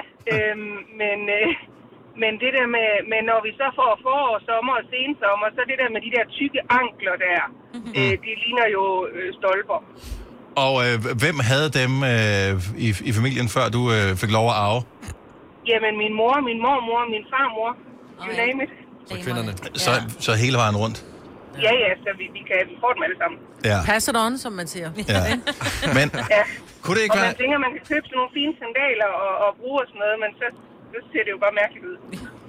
Men det der med, når vi så får forår, sommer og sensommer, så det der med de der tykke ankler der, det ligner jo stolper. Og hvem havde dem i familien, før du fik lov at arve? Jamen, min mor, min mormor, min farmor, you name it. For kvinderne. Så hele vejen rundt? Ja, så vi kan få dem alle sammen. Ja. Pass it on, som man siger. Ja. Men kunne det ikke og være... man tænker, man kan købe sådan nogle fine sandaler og bruge og sådan noget, men så ser det jo bare mærkeligt ud.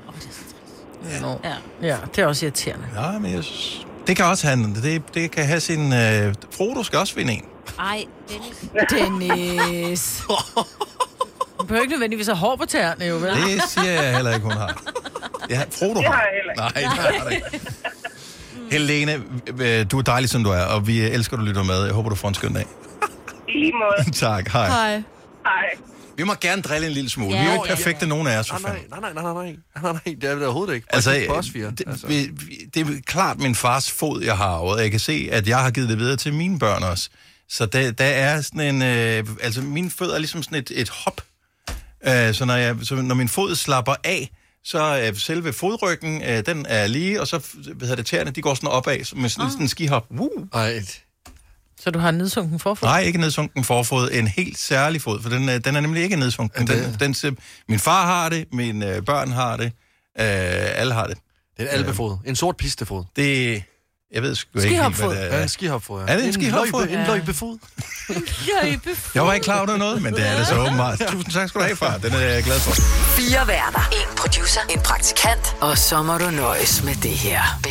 Ja, det er også irriterende. Ja, men det kan også have... Det kan have sin... Frodo skal også vinde en. Ej, Dennis. Hun behøver ikke nødvendigvis have hår på tæerne, jo, vel? Det siger jeg heller ikke, hun har. Frodo det har jeg heller ikke. Nej, det har jeg ikke. Helene, du er dejlig, som du er, og vi elsker, du lytter med. Jeg håber, du får en skøn dag. I lige måde. Tak, hej. Hej. Vi må gerne drille en lille smule. Vi er jo ikke perfekte, nogen af os. Nej, det er det overhovedet ikke. Altså, det er klart min fars fod, jeg har, og jeg kan se, at jeg har givet det videre til mine børn også. Så der er sådan en... altså, mine fødder er ligesom sådan et hop. Så når min fod slapper af, så selve fodryggen, den er lige, og så tæerne, de går sådan opad, med sådan en skihop. Så du har nedsunken forfod? Nej, ikke nedsunken forfod. En helt særlig fod, for den er nemlig ikke nedsunken. Min far har det, mine børn har det, alle har det. Det er en albefod. En sort pistefod. Det... Jeg ved sgu ikke helt, hvad det er. Ja, en skihopfod, ja. Er det en skihopfod? En løjbefod. Jeg var ikke klar over noget, men det er det så åbenbart. Tusind tak skal du have, far. Den er jeg glad for. 4 værter. 1 producer. En praktikant. Og så må du nøjes med det her.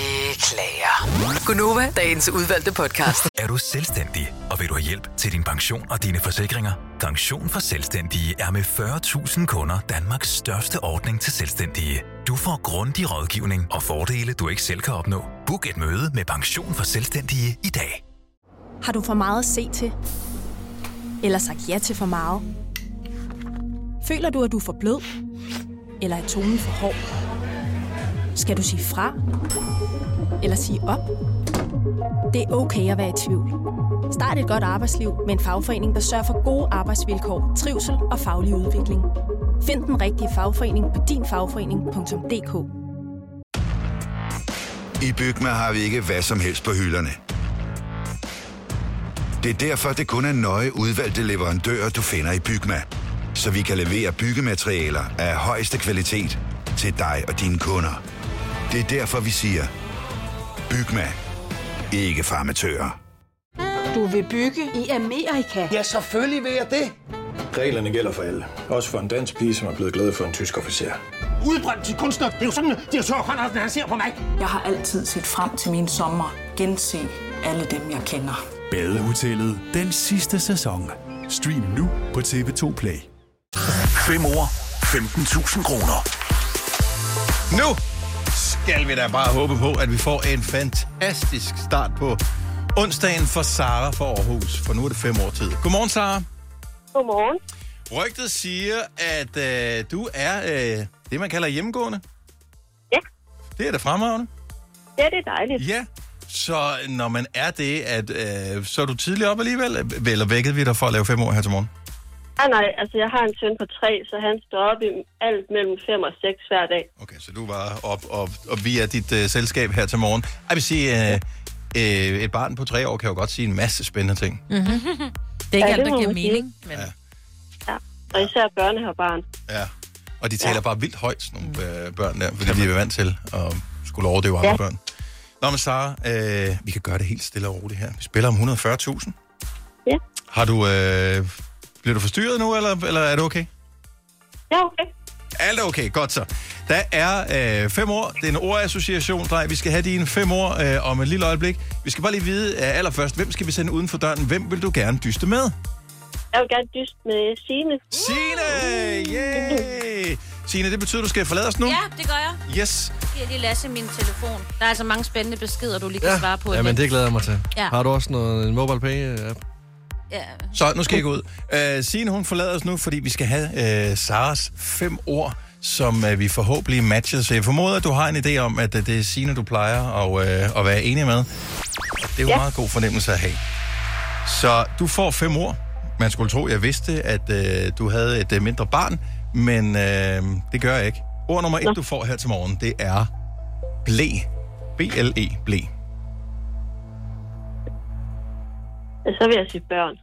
Beklager. Gunova, dagens udvalgte podcast. Er du selvstændig, og vil du have hjælp til din pension og dine forsikringer? Pension for Selvstændige er med 40.000 kunder Danmarks største ordning til selvstændige. Du får grundig rådgivning og fordele, du ikke selv kan opnå. Book et møde med Pension for Selvstændige i dag. Har du for meget at se til? Eller sagt ja til for meget? Føler du, at du er for blød? Eller er tonen for hård? Skal du sige fra? Eller sige op? Det er okay at være i tvivl. Start et godt arbejdsliv med en fagforening, der sørger for gode arbejdsvilkår, trivsel og faglig udvikling. Find den rigtige fagforening på dinfagforening.dk. I Bygma har vi ikke hvad som helst på hylderne. Det er derfor, det kun er nøje udvalgte leverandører, du finder i Bygma. Så vi kan levere byggematerialer af højeste kvalitet til dig og dine kunder. Det er derfor, vi siger, Bygma. Ikke farmatører. Du vil bygge i Amerika? Ja, selvfølgelig vil jeg det. Reglerne gælder for alle. Også for en dansk pige, som er blevet glad for en tysk officer. Udbrændt til kunstner. Det er jo sådan, at de har tørt, han ser på mig. Jeg har altid set frem til min sommer. Gense alle dem, jeg kender. Badehotellet den sidste sæson. Stream nu på TV2 Play. 5 år, 15.000 kroner. Nu skal vi da bare håbe på, at vi får en fantastisk start på onsdagen for Sara fra Aarhus. For nu er det 5 år tid. Godmorgen, Sara. Godmorgen. Rygtet siger, at du er det, man kalder hjemmegående. Ja. Det er da fremragende. Ja, det er dejligt. Ja. Så når man er det, så er du tidligt op alligevel? Eller vækkede vi dig for at lave 5 år her til morgen? Nej, altså jeg har en søn på 3, så han står op i alt mellem 5 og 6 hver dag. Okay, så du var op via dit selskab her til morgen. Jeg vil sige, et barn på 3 år kan jo godt sige en masse spændende ting. Mm-hmm. Det er ikke alt, der giver mening. Men... Ja, og især børnehavebarn. Ja, og de taler bare vildt højt, sådan nogle børn der, fordi de er vant til at skulle overdøve andre børn. Nå, men Sara, vi kan gøre det helt stille og roligt her. Vi spiller om 140.000. Ja. Har du... Bliver du forstyrret nu, eller er det okay? Ja, okay. Alt er okay, godt så. Der er 5 år. Det er en ordassociation. Vi skal have dine 5 år om et lille øjeblik. Vi skal bare lige vide allerførst, hvem skal vi sende uden for døren? Hvem vil du gerne dyste med? Jeg vil gerne dyste med Signe. Signe! Yay! Signe, det betyder, du skal forlade os nu? Ja, det gør jeg. Yes. Jeg giver lige Lasse min telefon. Der er altså mange spændende beskeder, du lige kan svare på. Ja, men det glæder jeg mig til. Ja. Har du også en MobilePay-app? Ja. Så nu skal jeg gå ud. Signe, hun forlader os nu, fordi vi skal have Saras 5 ord, som vi forhåbentlig matcher. Så jeg formoder, at du har en idé om, at det er Signe, du plejer at være enig med. Det er jo en meget god fornemmelse at have. Så du får 5 ord. Man skulle tro, jeg vidste, at du havde et mindre barn, men det gør jeg ikke. Ord nummer 1, du får her til morgen, det er blæ. B-L-E, blæ. Så vil jeg sige børn.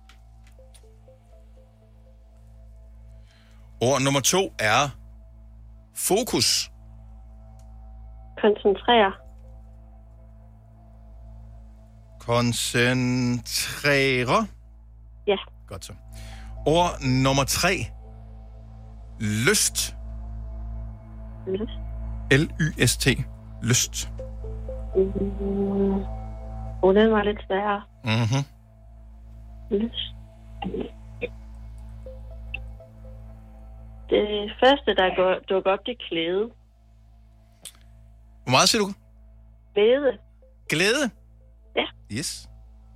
Ord nummer 2 er fokus. Koncentrere. Koncentrere. Ja. Godt så. Ord nummer 3. Lyst. Lyst. L-Y-S-T. Lyst. Den var lidt sværere. Mhm. Lyst. Det første, der dukker op, det er klæde. Hvor meget siger du? Glæde. Glæde? Ja. Yes.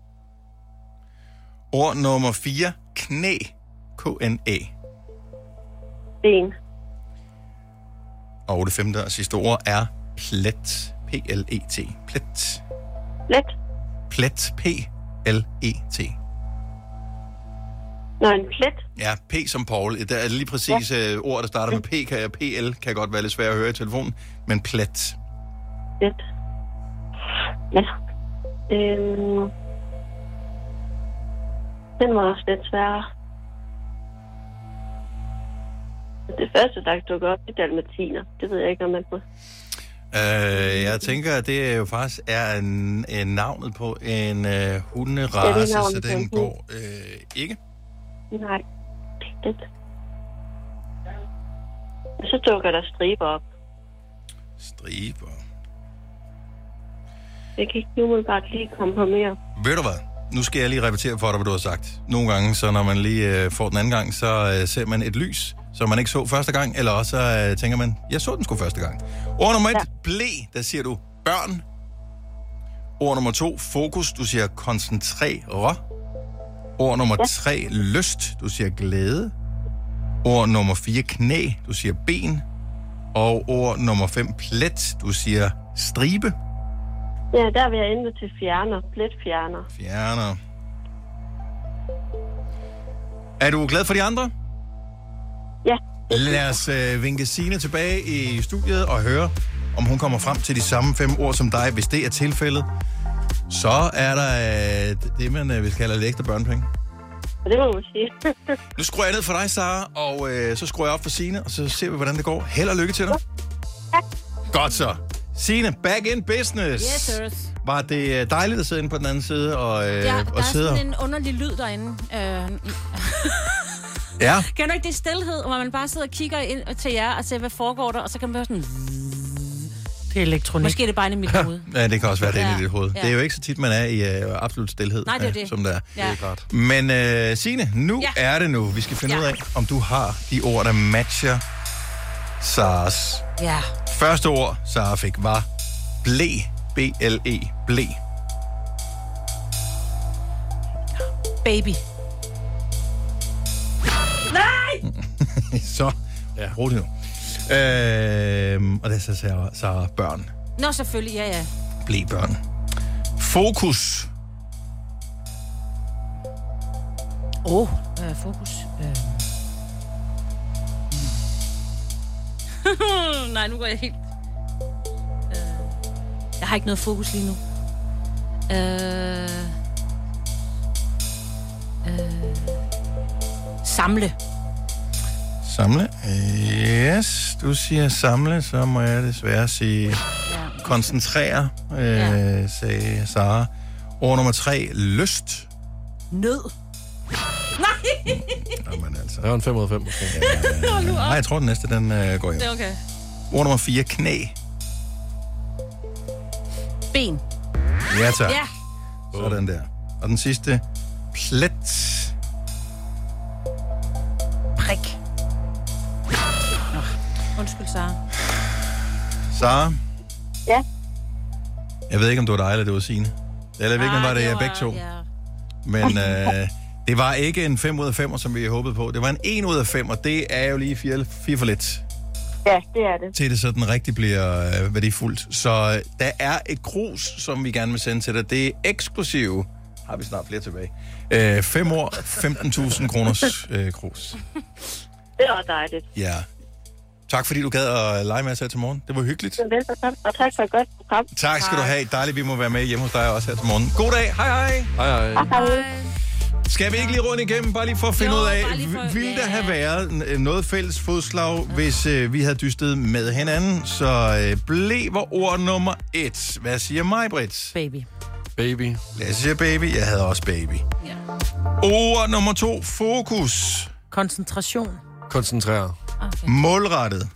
Ord nummer 4. Knæ. K-N-Æ. Ben. Og det 5. og sidste ord er plet. P-L-E-T. Plet. Plet. Plet. P-L-E-T. Nå, en plet. Ja, P som Paul. Der er lige præcis ord, der starter med P. P-L kan godt være lidt svært at høre i telefonen, men plet. Plet. Ja. Den var også lidt sværere. Det første, der dukker op, det er dalmatiner. Det ved jeg ikke, om man må. Jeg tænker, at det jo faktisk er en navnet på en hunderace, så den går ikke. Nej, det. Så dukker der striber op. Striber. Jeg kan ikke umiddelbart lige komme på mere. Ved du hvad? Nu skal jeg lige repetere for dig, hvad du har sagt. Nogle gange, så når man lige får den anden gang, så ser man et lys, som man ikke så første gang, eller også tænker man, jeg så den sgu første gang. Ord nummer 1, blæ, der siger du børn. Ord nummer 2, fokus, du siger koncentrere. Ord nummer 3, lyst, du siger glæde. Ord nummer 4, knæ, du siger ben. Og ord nummer 5, plet, du siger stribe. Ja, der vil jeg ende til fjerner. Pletfjerner. Fjerner. Er du glad for de andre? Ja. Lad os vinke Signe tilbage i studiet og høre, om hun kommer frem til de samme 5 ord som dig. Hvis det er tilfældet, så er der det, man vil kalde lidt ekstra børnepenge. Det må man sige. Nu skruer jeg ned for dig, Sara, og så skruer jeg op for Signe, og så ser vi, hvordan det går. Held og lykke til dig. Ja. Godt så. Signe, back in business. Yes, sir. Var det dejligt at sidde inde på den anden side og Ja, der og er sidde sådan en underlig lyd derinde. Ja. Kan du ikke det stilhed, hvor man bare sidder og kigger ind til jer og ser, hvad foregår der, og så kan man bare sådan... Det er elektronik. Måske er det bare inde i mit hoved. Ja, det kan også være det inde i dit hoved. Ja. Det er jo ikke så tit, man er i absolut stilhed. Nej, det er det. Som det er. Ja. Det er godt. Men Signe, nu er det nu. Vi skal finde ud af, om du har de ord, der matcher Saras. Ja. Første ord, Sara fik, var blæ. B-L-E. Blæ. Baby. Nej! Så, roligt nu. Og det er så Sara børn. Nå, selvfølgelig, ja. Blæ børn. Fokus. Fokus. Nej, nu går jeg helt... Jeg har ikke noget fokus lige nu. Samle. Samle. Yes, du siger samle, så må jeg desværre sige koncentrere, sagde Sara. Ord nummer 3, lyst. Nød. Nej! Jamen altså. Det var en 5 ud af 5 måske. Nej, jeg tror, den næste, den går hjem. Det er okay. Ord nummer 4, knæ. Ben. Ja, tak. Ja. Sådan der. Og den sidste, plet. Prik. Undskyld, Sara. Sara? Ja? Jeg ved ikke, om det var dig, eller det var Signe. Eller jeg ved ikke, om det var begge to. Ja. Men det var ikke en 5 ud af 5, som vi håbede på. Det var en 1 ud af 5, og det er jo lige 4 for lidt. Ja, det er det. Til det sådan rigtig bliver værdifuldt. Så der er et krus, som vi gerne vil sende til dig. Det er eksklusiv. Har vi snart flere tilbage. 5 år, 15.000 kroners krus. Det var dejligt. Ja. Tak fordi du gad at lege med os her til morgen. Det var hyggeligt. Velbekomme, og tak for et godt program. Tak skal du have. Dejligt, vi må være med hjemme hos dig også her til morgen. God dag. Hej hej. Hej hej. Skal vi ikke lige rundt igennem, bare lige for at finde ud af, ville der have været noget fælles fodslag, hvis vi havde dystet med hinanden? Så blev ord nummer 1. Hvad siger mig, Britt? Baby. Baby. Jeg siger baby. Jeg havde også baby. Ja. Ord nummer 2. Fokus. Koncentration. Koncentrere. Okay. Målrettet.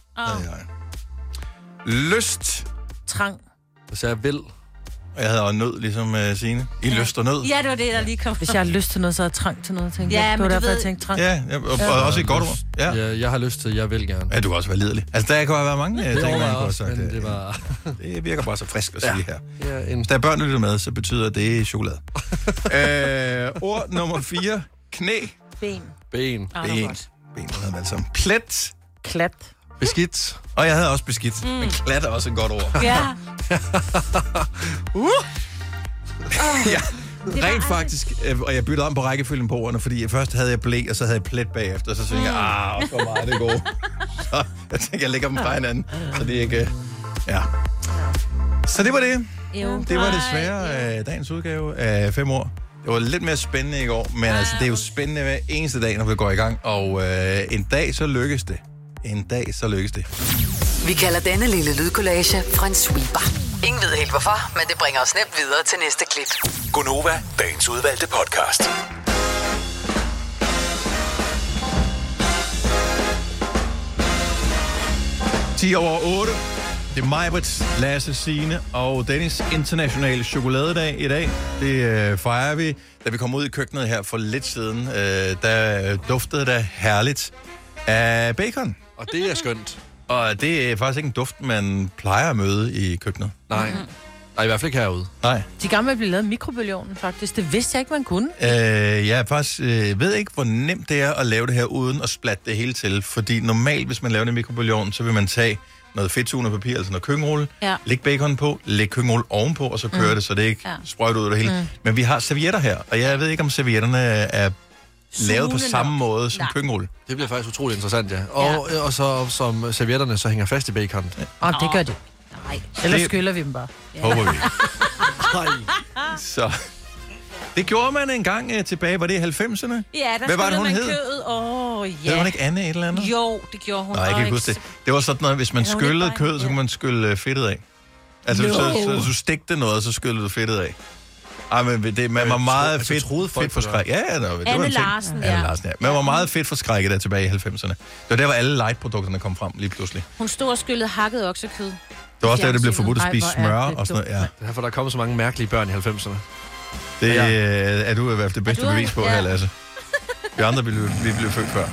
Lyst. Trang. Så sagde jeg vil. Jeg havde også nød, ligesom Signe. I lyst og nød. Ja, det var det, der lige kom. Hvis jeg har lyst til noget, så er jeg trang til noget, tænker jeg. Det var derfor, jeg tænkte trang. Ja, og også et godt ord. Ja, jeg har lyst til, jeg vil gerne. Ja, du kan også være liderlig. Altså, der kan være mange ting, man kunne have sagt. Det var... Det virker bare så frisk at sige her. Ja, Hvis der er børn, der lytter med, så betyder det chokolade. Ord nummer 4. Knæ. Ben. Ben. Ben, havde man som. Plet. Klat. Beskidt. Og jeg havde også beskidt, men klat er også et godt ord. Ja. Ja, rent faktisk, og jeg byttede om på rækkefølgen på ordene, fordi først havde jeg blæ, og så havde jeg plet bagefter, og så tænkte jeg, for meget det går. Så jeg tænkte, jeg lægger dem fra hinanden, så det ikke, ja. Så det var det. Det var desværre dagens udgave af 5 år. Det var lidt mere spændende i går, men altså, det er jo spændende hver eneste dag, når vi går i gang, og en dag, så lykkes det. En dag, så lykkes det. Vi kalder denne lille lydkollage en sweeper. Ingen ved helt hvorfor, men det bringer os nemt videre til næste klip. Gonova, dagens udvalgte podcast. Ti over 8. Det er Majbrit, Lasse, Signe og Dennis internationale chokoladedag i dag. Det fejrer vi. Da vi kom ud i køkkenet her for lidt siden, der duftede det herligt af bacon. Og det er skønt. Og det er faktisk ikke en duft, man plejer at møde i køkkenet. Nej. Nej, i hvert fald ikke herude. Nej. De gamle er blevet lavet i mikrobølgeovnen, faktisk. Det vidste jeg ikke, man kunne. Jeg faktisk ved ikke, hvor nemt det er at lave det her uden at splatte det hele til. Fordi normalt, hvis man laver det i mikrobølgeovnen, så vil man tage noget fedtsugerende papir, altså noget køkkenrulle, læg bacon på, læg køkkenrulle ovenpå, og så kører det, så det ikke sprøjter ud af det hele. Men vi har servietter her, og jeg ved ikke, om servietterne er lavet på samme måde som køkkenrulle. Det bliver faktisk utroligt interessant, ja. Og så som servietterne så hænger fast i bacon. Det gør det. Nej. Ellers skyller vi dem bare. Håber vi. Så det gjorde man en gang tilbage. Var det i 90'erne? Ja, der hvad var det, hun hed? Kødet. Hed hun ikke Anne et eller andet? Jo, det gjorde hun. Nej, jeg kan ikke huske det. Det var sådan noget, hvis man skyllede kød, så kunne man skylle fedtet af. Altså, hvis du stegte noget, så skyllede du fedtet af. Ej, men man var meget fedt for skræk. Ja, det var Anne Larsen, Anne Larsen, ja. Man var meget fedt for skrækket der tilbage i 90'erne. Det var der, hvor alle light-produkterne kom frem lige pludselig. Hun stod og skyllede hakket oksekød. Det var også der, det blev forbudt at spise smør og sådan noget. Ja. Det er derfor, der er kommet så mange mærkelige børn i 90'erne. Det er du i hvert fald det bedste bevis på her, Lasse. Vi andre vi blev født før.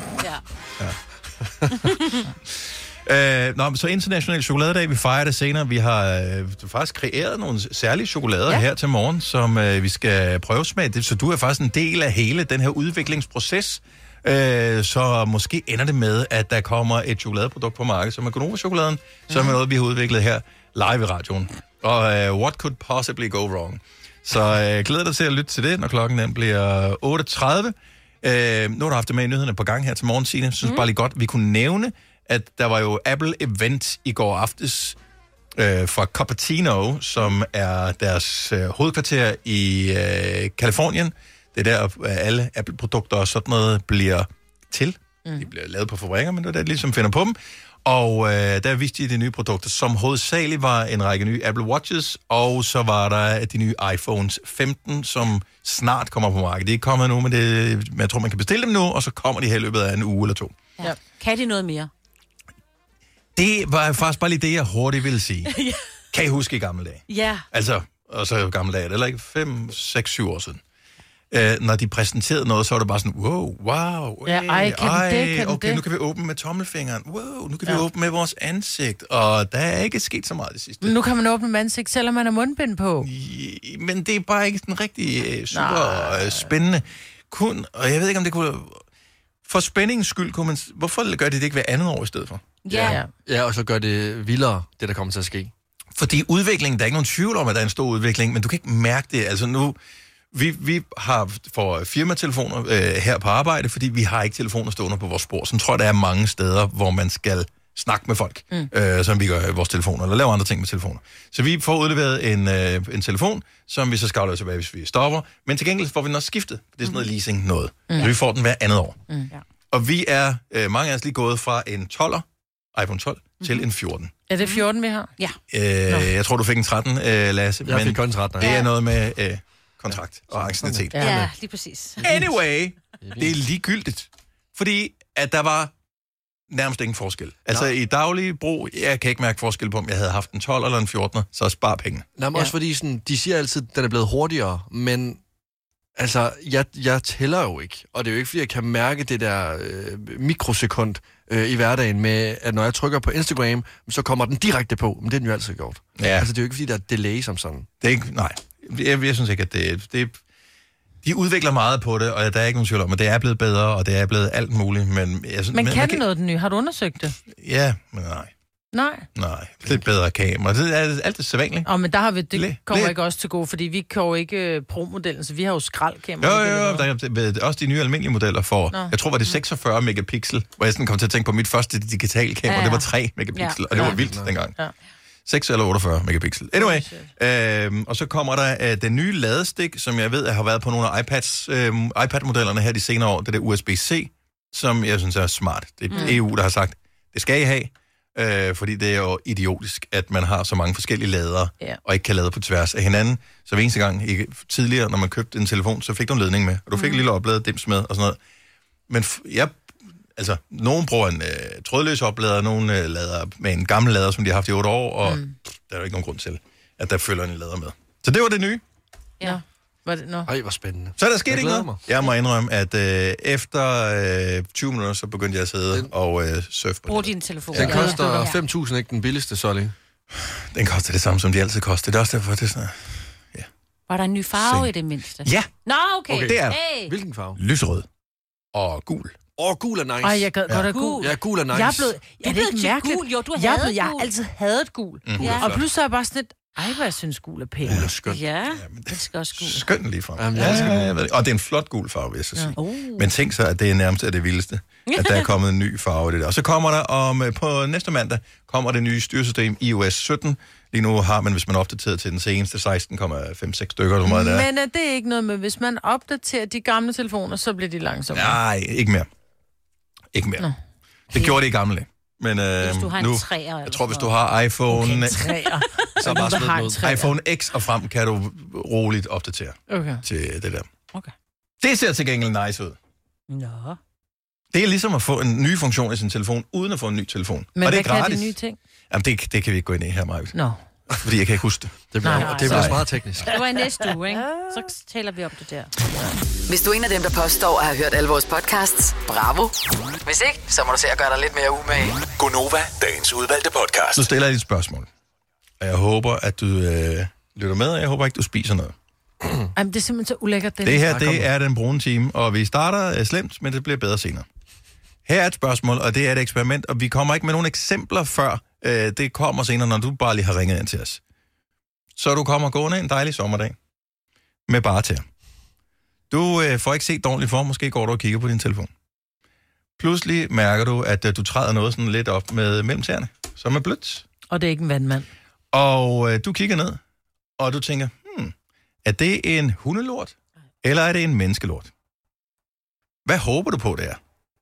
Ja. Så international chokoladedag, vi fejrer det senere. Vi har faktisk kreeret nogle særlige chokolader her til morgen, som vi skal prøve smage. Så du er faktisk en del af hele den her udviklingsproces. Så måske ender det med, at der kommer et chokoladeprodukt på markedet, som er Gonova-chokoladen, som er noget, vi har udviklet her live i radioen. Og what could possibly go wrong? Så glæder dig til at lytte til det, når klokken den bliver 8.30. Nu har du haft det med i nyhederne på gang her til morgen, Signe. Jeg synes bare lige godt, vi kunne nævne, at der var jo Apple-event i går aftes fra Cupertino, som er deres hovedkvarter i Californien. Det er der, alle Apple-produkter og sådan noget bliver til. De bliver lavet på fabrikker, men det er der, de ligesom finder på dem. Og der viste de nye produkter, som hovedsageligt var en række nye Apple Watches, og så var der de nye iPhones 15, som snart kommer på markedet. De er ikke kommet nu, men jeg tror, man kan bestille dem nu, og så kommer de her i løbet af en uge eller to. Ja. Kan de noget mere? Det var faktisk bare lige det, jeg hurtigt ville sige. Kan I huske i gamle dage? Ja. Altså, og så gamle dage, eller ikke 5, 6, 7 år siden. Når de præsenterede noget, så var det bare sådan, wow, okay, nu kan vi åbne med tommelfingeren, nu kan vi åbne med vores ansigt, og der er ikke sket så meget det sidste. Nu kan man åbne med ansigt, selvom man har mundbind på. Men det er bare ikke sådan rigtig super spændende. Og jeg ved ikke, om det kunne... For spændingens skyld, hvorfor gør de det ikke hver andet år i stedet for? Ja, og så gør det vildere, det der kommer til at ske. Fordi udviklingen, der er ikke nogen tvivl om, at der er en stor udvikling, men du kan ikke mærke det. Altså nu... Vi har for firmatelefoner her på arbejde, fordi vi har ikke telefoner stående på vores bord. Så tror jeg, der er mange steder, hvor man skal snakke med folk, som vi gør i vores telefoner, eller lave andre ting med telefoner. Så vi får udleveret en telefon, som vi så skal aflevere tilbage, hvis vi stopper. Men til gengæld får vi den også skiftet. Det er sådan noget leasing noget. Så vi får den hver andet år. Og vi er, mange af os lige gået fra en 12'er, iPhone 12, til en 14. Er det 14, vi har? Ja. Jeg tror, du fik en 13, Lasse. Jeg fik kun en 13. Det er noget med... kontrakt og anciennitet. Ja, lige præcis. Anyway, det er ligegyldigt. Fordi at der var nærmest ingen forskel. Altså i daglig brug, jeg kan ikke mærke forskel på, om jeg havde haft en 12 eller en 14, så spar penge. Nej, men også fordi sådan, de siger altid, at den er blevet hurtigere, men altså, jeg tæller jo ikke. Og det er jo ikke, fordi jeg kan mærke det der mikrosekund i hverdagen med, at når jeg trykker på Instagram, så kommer den direkte på. Men det er den jo altid gjort. Ja. Altså, det er jo ikke, fordi der er delay som sådan. Det er ikke, nej. Jeg synes ikke, at det de udvikler meget på det, og der er ikke nogen tvivl om, at det er blevet bedre, og det er blevet alt muligt. Men kan det noget, den nye? Har du undersøgt det? Ja, men nej. Nej, det er bedre kamera. Det er alt det sædvanligt. Men der har vi, det kommer ikke også til gode, fordi vi kan jo ikke Pro-modellen, så vi har jo skraldkamera. Jo, der er også de nye almindelige modeller for, jeg tror, var det 46 megapixel, hvor jeg sådan kom til at tænke på mit første digitale kamera, det var 3 megapixel, og det var vildt dengang. Ja. 6 eller 48 megapixel. Anyway, og så kommer der den nye ladestik, som jeg ved har været på nogle af iPad-modellerne her de senere år, det der USB-C, som jeg synes er smart. Det er EU, der har sagt, det skal I have, fordi det er jo idiotisk, at man har så mange forskellige ladere, og ikke kan lade på tværs af hinanden. Så hver eneste gang, tidligere, når man købte en telefon, så fik du en ledning med, og du fik en lille opladet dims med, og sådan noget. Men Altså, nogen bruger en trådløs oplader, nogen lader med en gammel lader, som de har haft i 8 år, og der er jo ikke nogen grund til, at der følger en lader med. Så det var det nye. Ja. Ej, hvor spændende. Så er der sket ikke noget. Jeg må indrømme, at efter 20 minutter, så begyndte jeg at sidde og surfe på Brug din telefon. Den koster 5.000, ikke den billigste, Solly? Den koster det samme, som de altid koster. Det er også derfor, det er sådan... Ja. Var der en ny farve i det mindste? Ja. Nå, okay. Det er Hvilken farve? Lyserød og gul. Gul er nice. Ej, jeg gad godt have gul. Ja, gul er nice. Jeg er blevet... Er det ikke mærkeligt? Gul? Jo, jeg har altid hadet gul. Ja. Og pludselig er jeg bare sådan lidt... Ej, hvad jeg synes gul er pæn. Gul er skøn. Ja, det skal også gul. Skøn lige frem. Jamen, jeg ved det. Og det er en flot gul farve, vil jeg så sige. Men tænk så, at det er nærmest det vildeste, at der er kommet en ny farve i det der. Og så kommer der på næste mandag, kommer det nye styresystem iOS 17. Lige nu har man, hvis man opdaterer til den seneste 16,56 stykker, eller meget der. Men er det ikke noget med, hvis man opdaterer de gamle telefoner, så bliver de langsommere? Nej, ikke mere. Ikke mere. Nå. Det gjorde det i gamle. Men hvis du har nu, en 3'er, jeg tror, hvis du har iPhone... så bare smid iPhone X og frem, kan du roligt opdatere til det der. Okay. Det ser til gengæld nice ud. Nå. Det er ligesom at få en ny funktion i sin telefon, uden at få en ny telefon. Men og det er hvad gratis. kan de nye ting? Jamen, det kan vi ikke gå ind i her, Maja. Nå. Fordi jeg kan ikke huske det. Det bliver meget teknisk. Det var i næste uge, ikke? Så taler vi om det der. Hvis du er en af dem, der påstår at have hørt alle vores podcasts, bravo. Hvis ikke, så må du se at gøre dig lidt mere umage. Gonova, dagens udvalgte podcast. Så stiller jeg dit spørgsmål. Og jeg håber, at du lytter med, og jeg håber ikke, du spiser noget. Jamen, det er simpelthen så ulækkert. Det her, det er den brune time, og vi starter slemt, men det bliver bedre senere. Her er et spørgsmål, og det er et eksperiment, og vi kommer ikke med nogle eksempler før. Det kommer senere, når du bare lige har ringet ind til os. Så du kommer gående en dejlig sommerdag med bare til. Du får ikke set dårligt for, måske går du og kigger på din telefon. Pludselig mærker du, at du træder noget sådan lidt op med mellemtæerne, som er blødt. Og det er ikke en vandmand. Og du kigger ned, og du tænker, er det en hundelort, eller er det en menneskelort? Hvad håber du på, det er?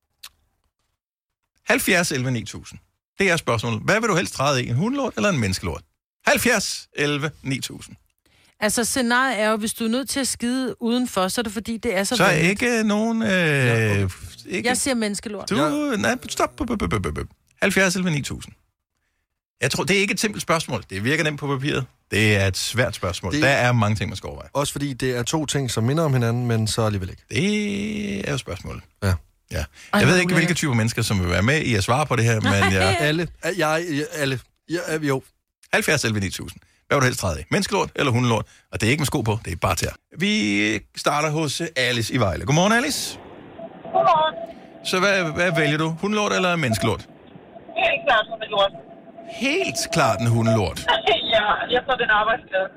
70 11 9000. Det er spørgsmålet. Hvad vil du helst træde i? En hundelort eller en menneskelort? 70 11 9000. Altså, scenariet er jo, hvis du er nødt til at skide udenfor, så er det fordi, det er så... Så er ikke nogen... ikke... Jeg siger menneskelort. Nej, stop. 70 11 9000. Jeg tror, det er ikke et simpelt spørgsmål. Det virker nemt på papiret. Det er et svært spørgsmål. Der er mange ting, man skal overveje. Også fordi det er to ting, som minder om hinanden, men så alligevel ikke. Det er jo spørgsmålet. Ja. Jeg ved ikke, hvilke typer mennesker, som vil være med i at svare på det her, men jeg... Alle. Jo. 70 11 9000. Hvad vil du helst træde i? Menneskelort eller hundelort? Og det er ikke med sko på, det er bare til. Vi starter hos Alice i Vejle. Godmorgen, Alice. Godmorgen. Så hvad vælger du? Hundelort eller menneskelort? Helt klart hundelort. Helt klart en hundelort. Ja, jeg får den arbejdsglæde.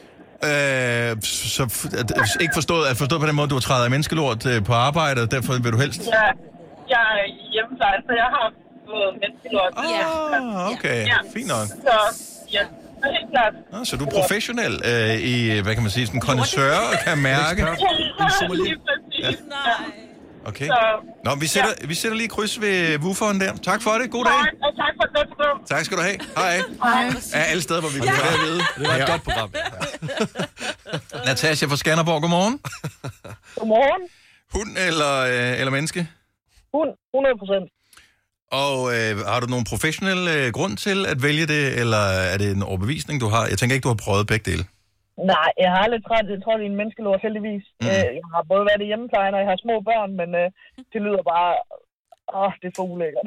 Så ikke forstået på den måde, du har trædet af menneskelort på arbejde, og derfor vil du helst... Ja, jeg er hjemmeplejer, så jeg har fået menneskelort. Okay. Ja. Fint nok. Så, ja, helt klart. Så du er professionel i, hvad kan man sige, sådan en kondensør og kan mærke... Ja, lige præcis. Nej. Okay. Nå, vi sætter lige kryds ved wooferen der. Tak for det. God dag. Og tak for det program. Tak skal du have. Hej. Ja, alle steder, hvor vi kan være ved. Det var et godt program. Natasha fra Skanderborg, godmorgen. Godmorgen. Hund eller menneske? Hund, 100%. Og har du nogen professionel grund til at vælge det, eller er det en overbevisning, du har? Jeg tænker ikke, du har prøvet begge dele. Nej, jeg har aldrig træt i en menneskelort, heldigvis. Jeg har både været i hjemmeplejen, og jeg har små børn, men det lyder bare... det er for ulækkert.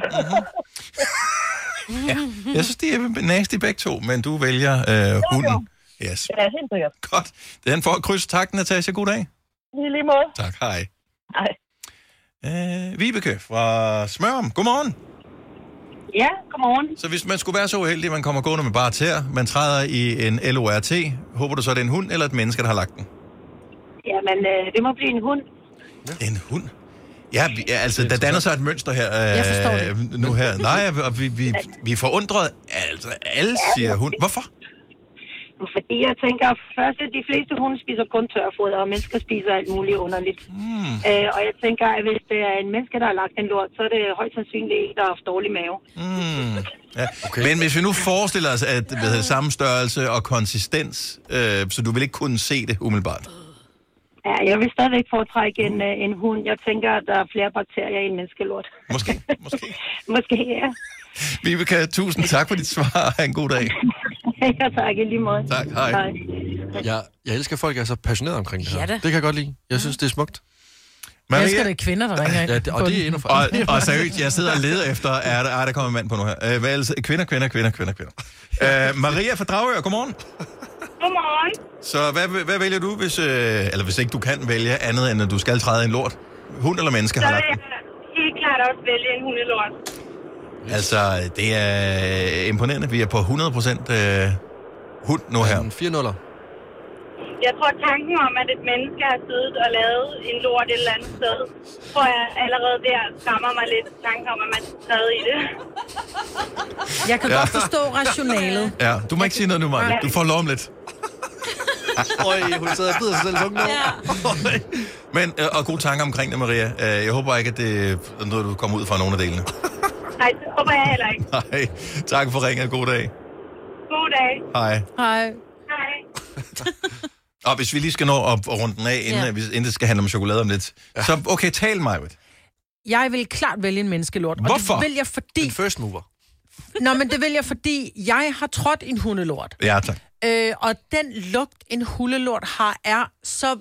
Ja, jeg synes, de er nasty begge to, men du vælger hunden. Yes. Ja, helt sikkert. Godt. Den får kryds. Tak, Natasha. God dag. I lige måde. Tak. Hej. Hej. Vibeke fra Smørum. Godmorgen. Ja, godmorgen. Så hvis man skulle være så uheldig, at man kommer gående med bare tæer, man træder i en LORT, håber du så, det er en hund eller et menneske, der har lagt den? Jamen, det må blive en hund. Ja. En hund? Ja, altså, der danner sig et mønster her. Jeg forstår det. Nu her. Nej, vi er forundret. Altså, alle siger hund. Hvorfor? Fordi jeg tænker, først at de fleste hunde spiser kun tørfoder, og mennesker spiser alt muligt underligt. Og jeg tænker, at hvis det er en menneske, der har lagt en lort, så er det højst sandsynligt en, der har haft dårlig mave. Ja. Okay. Men hvis vi nu forestiller os, at samme størrelse og konsistens, så du vil ikke kunne se det umiddelbart? Ja, jeg vil stadigvæk foretrække en hund. Jeg tænker, at der er flere bakterier i en menneskelort. Måske. Måske, ja. Vibeke, tusind tak for dit svar. Ha' en god dag. Ja, tak. I lige måde. Tak, hej. Jeg elsker, at folk er så passionerede omkring det her. Ja, da. Det kan jeg godt lide. Jeg synes, det er smukt. Jeg elsker det kvinder, der ringer ind. Ja, og det er endnu for. Og seriøst, jeg sidder og leder efter, der kommer en mand på nu her. Kvinder. Maria fra Dragør, godmorgen. Godmorgen. Så hvad vælger du, hvis ikke du kan vælge andet, end at du skal træde en lort? Hund eller menneske har lagt den? Så vil jeg helt klart også vælge en hundelort. Altså, det er imponerende. Vi er på 100% hund nu her. 4-0'er. Jeg tror, tanken om, at et menneske har siddet og lavet en lort et eller andet sted, tror jeg allerede der skræmmer mig lidt. Tanken om, at man træder i det. Jeg kan godt forstå rationalet. Ja, du må ikke sige noget nu, Maja. Du får lov om lidt. Hun sidder og bider sig selv i tungen. Men, og gode tanker omkring det, Maria. Jeg håber ikke, at det er noget, du kommer ud fra nogle af delene. Nej, det håber jeg heller ikke. Nej, tak for ringet. God dag. God dag. Hej. Hej. Hej. Og hvis vi lige skal nå at runde den af, inden det skal handle om chokolade om lidt. Ja. Så okay, tal mig. Jeg vil klart vælge en menneskelort. Hvorfor? Og det vil jeg, fordi... En first mover. Nå, men det vil jeg, fordi jeg har trådt en hundelort. Ja, tak. Og den lugt, en hundelort har, er så...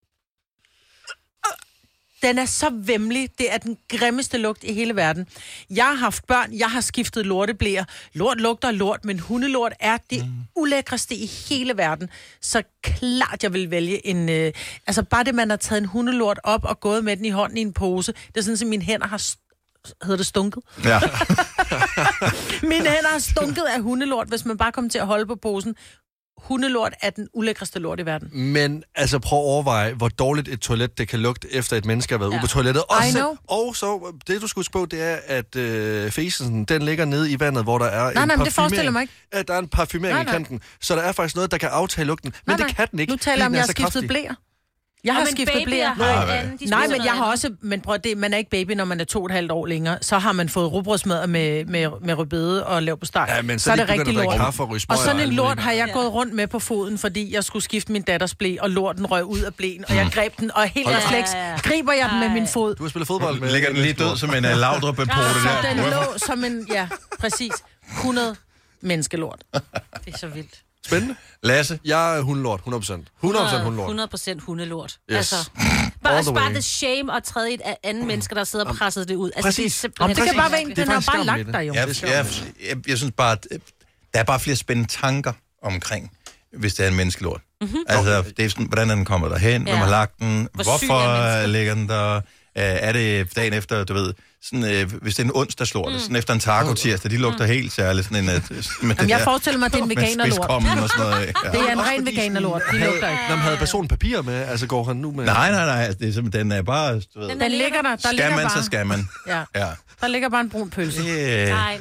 Den er så væmmelig. Det er den grimmeste lugt i hele verden. Jeg har haft børn. Jeg har skiftet lorteblæer. Lort lugter lort, men hundelort er det ulækreste i hele verden. Så klart, jeg vil vælge en... altså bare det, man har taget en hundelort op og gået med den i hånden i en pose. Det er sådan, at mine hænder har... Hedder det stunket? Ja. Mine hænder har stunket af hundelort, hvis man bare kommer til at holde på posen. Hundelort er den ulækreste lort i verden. Men altså prøv at overveje, hvor dårligt et toilet det kan lugte, efter et menneske har været ude på toilettet. Og så det, du skulle huske på, det er, at fesen, den ligger nede i vandet, hvor der er nej, det forestiller mig ikke. Ja, der er en parfumering i kanten. Så der er faktisk noget, der kan aftage lugten. Men det kan den ikke. Nu taler jeg om, jeg har skiftet blæer. Jeg har skiftet blæer. Nej, men jeg har også... Men prøv det, man er ikke baby, når man er 2,5 år længere. Så har man fået rugbrødsmad med rødbede og leverpostej. Ja, men så er det rigtig lort. Og sådan en lort har jeg gået rundt med på foden, fordi jeg skulle skifte min datters blæ, og lorten røg ud af blæen, og jeg greb den, og helt refleks griber jeg den med min fod. Du har spillet fodbold med... Ligger den lige død som en Laudrup-pote der? Så den lå som en... Ja, præcis. 100 menneskelort. Det er så vildt. Spændende. Lasse? Jeg er hundelort, 100%. 100% hundelort. 100% hundelort. Yes. Altså, bare the shame og træde i et andet menneske, der sidder og presset det ud. Altså, præcis. Det kan bare være en, den har bare lagt dig jo. Jeg synes bare, at der er bare flere spændende tanker omkring, hvis det er en menneskelort. Mm-hmm. Altså, det er sådan, hvordan er den kommet derhen? Hvem har lagt den? Hvorfor ligger den der? Er det dagen efter, du ved, sådan, hvis det er en onsdagslort, sådan efter en taco-tirsdag, de lugter helt særligt. Sådan en, jamen, jeg forestiller mig, at det er en veganerlort. Ja. Det er en ren veganerlort. De lugter ikke. Når man havde personen papir med, altså går han nu med... Nej, det er simpelthen, den er bare... Du ved, den ligger der. Skal man, så skal man. Ja. Der ligger bare en brun pølse. Nej.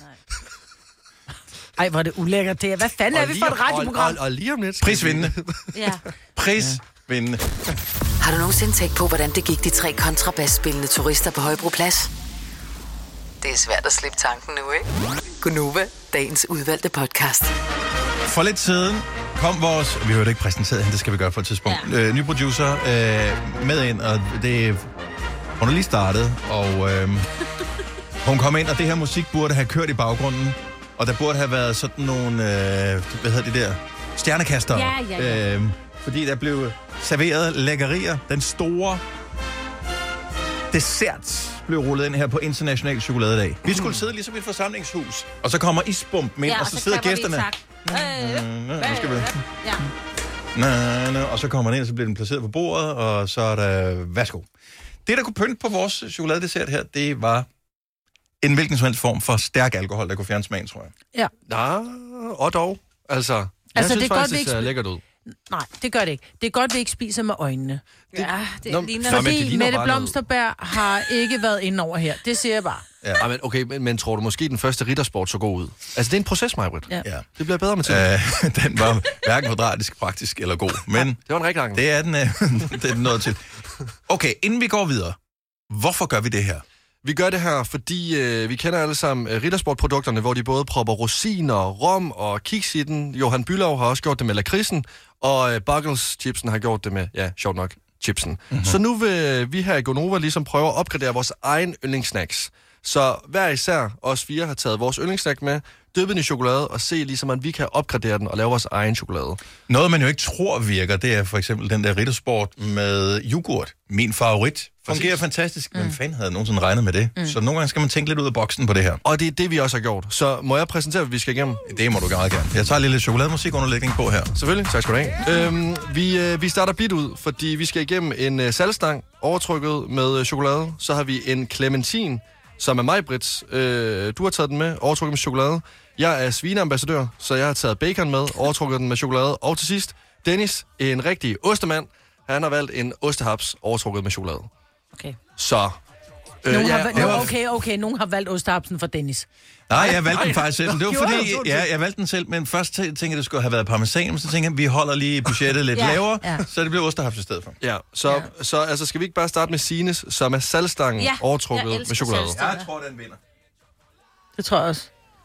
Ej, hvor er det ulækkert. Det er. Hvad fanden er vi for et radioprogram? Og lige om lidt... Prisvindende. Ja. Prisvindende. Har du nogensinde tænkt på, hvordan det gik de 3 kontrabasspillende turister på Højbroplads? Det er svært at slippe tanken nu, ikke? Gunova, dagens udvalgte podcast. For lidt siden kom vores... Vi har jo ikke præsenteret hende, det skal vi gøre på et tidspunkt. Ja. Ny producer med ind, og det... Hun er lige startet, og hun kom ind, og det her musik burde have kørt i baggrunden, og der burde have været sådan nogle... hvad hedder det der? Stjernekastere. Ja. Fordi der blev serveret lækkerier. Den store dessert blev rullet ind her på International Chokoladedag. Vi skulle sidde ligesom i et forsamlingshus, og så kommer isbomben ind, og så sidder gæsterne. Og så kommer den ind, og så bliver den placeret på bordet, og så er der værsgo. Det, der kunne pynte på vores chokoladedessert her, det var en hvilken som helst form for stærk alkohol, der kunne fjerne smagen, tror jeg. Ja. Og dog. Altså jeg synes det faktisk, det ser lækkert ud. Nej, det gør det ikke. Det er godt, vi ikke spiser med øjnene. Det ligner... Fordi Mette Blomsterberg har ikke været inde over her. Det siger jeg bare. Ja. Men okay, men tror du måske, den første riddersport så god ud? Altså, det er en proces, Majbrit. Ja. Det bliver bedre med tiden. Den var hverken kvadratisk, praktisk eller god. Men det var en rigtig det er den, det er den noget til. Okay, inden vi går videre. Hvorfor gør vi det her? Vi gør det her, fordi vi kender alle sammen Riddersport-produkterne, hvor de både propper rosiner, rom og kiks i den. Johan Bülow har også gjort det med lakridsen, og Buggles chipsen har gjort det med, ja, sjovt nok, chipsen. Så nu vil vi her i Gonova ligesom prøve at opgradere vores egen yndlingssnacks. Så hver især, os 4, har taget vores yndlingssnack med, dyppet den i chokolade, og se ligesom, at vi kan opgradere den og lave vores egen chokolade. Noget, man jo ikke tror virker, det er for eksempel den der Rittersport med yoghurt. Min favorit. Fungerer fantastisk. Hvem fanden havde nogensinde regnet med det? Så nogle gange skal man tænke lidt ud af boksen på det her. Og det er det, vi også har gjort. Så må jeg præsentere, hvad vi skal igennem? Det må du meget gerne. Jeg tager lidt chokolademusikunderlægning på her. Selvfølgelig. Tak skal du have. Vi starter blidt ud, fordi vi skal igennem en saltstang, overtrykket med chokolade. Så har vi en clementin, som er mig, Brits. Du har taget den med, overtrukket med chokolade. Jeg er svineambassadør, så jeg har taget bacon med, overtrukket den med chokolade. Og til sidst, Dennis, en rigtig ostemand. Han har valgt en ostehaps, overtrukket med chokolade. Okay. Så... Nogen har valgt ostehapsen for Dennis. Nej, jeg valgte den faktisk selv. Det var fordi, jeg valgte den selv, men først tænkte jeg, det skulle have været parmesan, men så tænkte jeg, vi holder lige budgettet lidt lavere, så det blev ostehaps i stedet for. Ja, så altså, skal vi ikke bare starte med Sines, som er saltstangen overtrukket med chokolade? Jeg tror, den vinder. Det tror jeg også.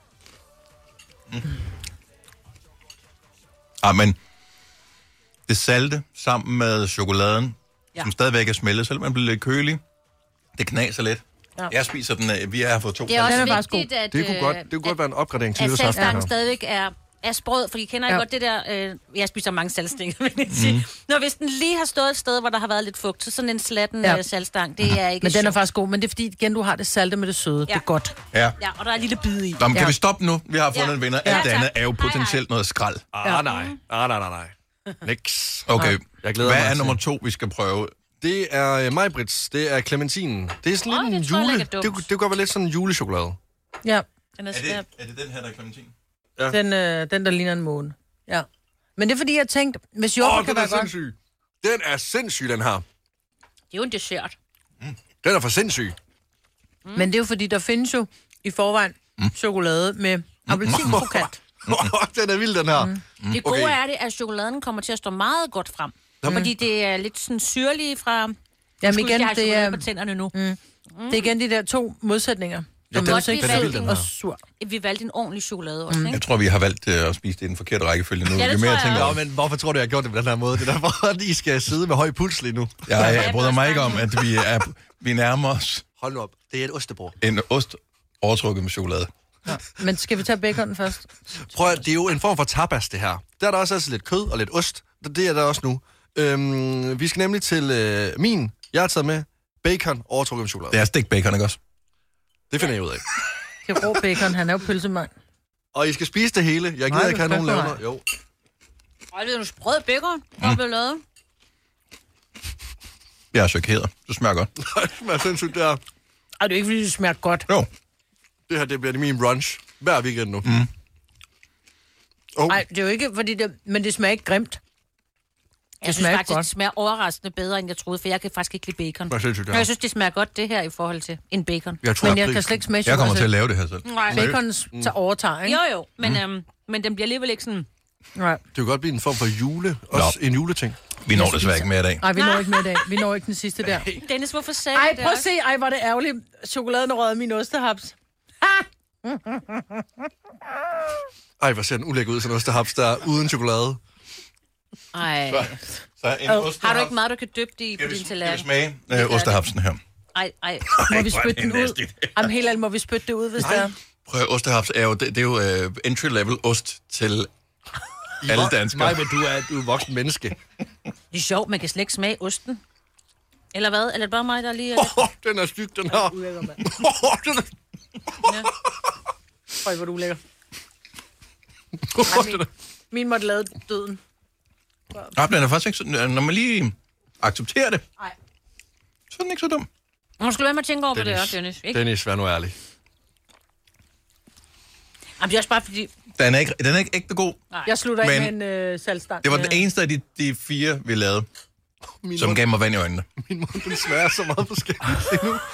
Men det salte sammen med chokoladen, som stadigvæk er smeltet, selvom man bliver lidt kølig. Det knaser lidt. Ja. Jeg spiser den, vi har fået 2. Det er også vigtigt, at... Det kunne godt være en opgradering til at saltstangen stadigvæk er sprød, fordi kender jeg godt det der... jeg spiser mange saltstænger, vil jeg sige. Når hvis den lige har stået et sted, hvor der har været lidt fugt, så sådan en slatten saltstang, det er ikke... Men den er faktisk god, men det er fordi, igen, du har det salte med det søde. Det er godt. Ja, og der er en lille bid i. Kan vi stoppe nu? Vi har fundet en vinder. Alt det andet er jo potentielt noget skrald. Nej. Niks. Okay, hvad er nummer 2, vi skal prøve? Det er Majbrits. Det er clementinen. Det er sådan lidt en jule... Det kunne godt være lidt sådan en julechokolade. Ja. Er det den her, der er clementin? Ja. Den, der ligner en måne. Ja. Men det er fordi, jeg tænkte, hvis jordbær kan være godt... Sindssyg. Den er sindssyg, den her. Det er jo en dessert. Den er for sindssyg. Men det er jo fordi, der findes jo i forvejen chokolade med appelsinkrokant. Den er vild, den her. Det gode er det, at chokoladen kommer til at stå meget godt frem. Fordi det er lidt sådan syrlige fra... Jamen igen, det er... på tænderne nu. Det er igen de der 2 modsætninger. Vi valgte en ordentlig chokolade også, ikke? Jeg tror, vi har valgt at spise det i den forkerte rækkefølge nu. Ja, det tror jeg. Men hvorfor tror du, jeg har gjort det på den her måde? Det er derfor, at I skal sidde med høj puls lige nu. Jeg bryder mig ikke om, at vi nærmer os... Hold nu op. Det er et ostebord. En ost overtrukket med chokolade. Ja. Men skal vi tage baconen først? Prøv at, det er jo en form for tapas, det her. Der er der også altså lidt kød og lidt ost. Det er der også nu. Vi skal nemlig til min. Jeg har taget med bacon overtrukket med chokolade. Det er stegt bacon, ikke også? Det finder jeg ud af. Det er rå bacon, han er jo pølsemand. Og I skal spise det hele. Jeg gider ikke have nogen lavner. Jo. Ej, det er jo sprød bacon, der blev lavet. Jeg er chokeret. Det smager godt. Det smager sindssygt, der. Ej, det er ikke, fordi det smager godt. Jo. Det her, det bliver min brunch. Hver weekend nu. Nej, det er jo ikke, fordi det... Men det smager ikke grimt. Jeg synes faktisk, det smager overraskende bedre, end jeg troede, for jeg kan faktisk ikke lide bacon. Jeg synes, det smager godt, det her, i forhold til en bacon. Men jeg kan slet ikke smage Jeg kommer til at lave det her selv. Bacon overtager, ikke? Jo, men den bliver alligevel ikke sådan... Nej. Det kan godt blive en form for en juleting. Vi når desværre ikke mere i dag. Nej, vi når ikke mere i dag. Vi når ikke den sidste der. Dennis, hvorfor sagde du det? Prøv at se. Ej, hvor det ærgerligt. Chokoladen rød min ostehaps. Ej, hvor ser den ulækker ud, sådan en ostehaps, der uden chokolade. Ej. Så en har du ikke meget, du kan dyppe det i på din tallerken? Skal vi smage ostehapsen her? Ej. Må vi spytte den ud? Jamen helt ærligt, må vi spytte det ud, hvis det er? Prøv, ostehaps er jo, det er jo entry-level ost til alle danskere. Nej, men du er voksen menneske. Det er sjovt, man kan slet ikke smage osten. Eller hvad? Eller er det bare mig, der lige... Den er styg, den her. Øj, hvor du ulækker. Min måtte lave døden. Nej, den er faktisk ikke så... Når man lige accepterer det, så er den ikke så dum. Hun skulle være med at tænke over på det her, Dennis. Ikke? Dennis, vær nu ærlig. Jamen, det er også bare fordi... Den er ikke ægte god. Nej. Jeg slutter ikke med en saltstang. Det var den eneste af de 4, vi lavede, som gav mig vand i øjnene. Min mund, den smager så meget forskelligt nu.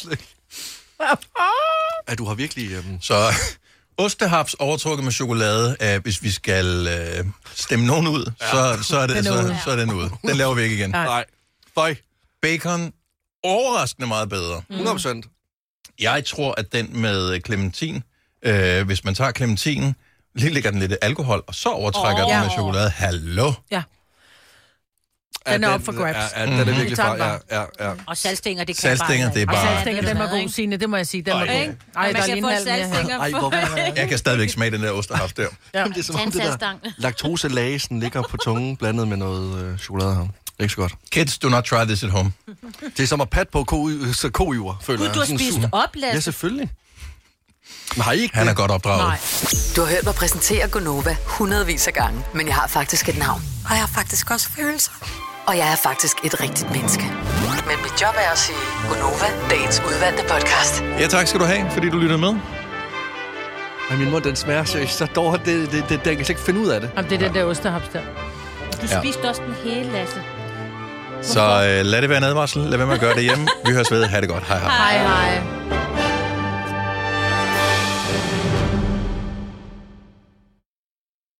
Du har virkelig... Så ostehaps overtrukket med chokolade, hvis vi skal stemme nogen ud, så er den ude. Den laver vi ikke igen. Nej. Føj. Bacon, overraskende meget bedre. 100%. Jeg tror, at den med clementin, hvis man tager clementinen, lige lægger den lidt alkohol, og så overtrækker den med chokolade. Hallo? Ja. Den er op for grabs. Ja, den er virkelig far. Ja. Og saltstænger, det kan saltstænger, det er bare... Og saltstænger, den var god, Signe, det må jeg sige. Den var god. Ej, der er lige en halv mere. Jeg kan stadigvæk smage den der ost, der har haft der. Ja. Det er som om det der laktoselage ligger på tungen, blandet med noget chokolade her. Ikke så godt. Kids, do not try this at home. Det er som at patte på koiver, føler jeg. Du har spist op, Lasse. Ja, selvfølgelig. Men har I ikke Han det? er godt opdraget. Nej. Du har hørt mig præsentere Gonova hundredvis af gange, men jeg har faktisk et navn. Og jeg har faktisk også følelser. Og jeg er faktisk et rigtigt menneske. Men mit job er at sige Gonova, dagens udvalgte podcast. Ja, tak skal du have, fordi du lyttede med. Men min mund, den smager seriøst så dårligt. Den kan slet ikke finde ud af det. Jamen, det er den der ostehaps der. Du spiste også den hele, Lasse. Så lad det være en advarsel. Lad være med at gøre det hjemme. Vi høres ved. Ha' det godt. Hej hej. Hej hej.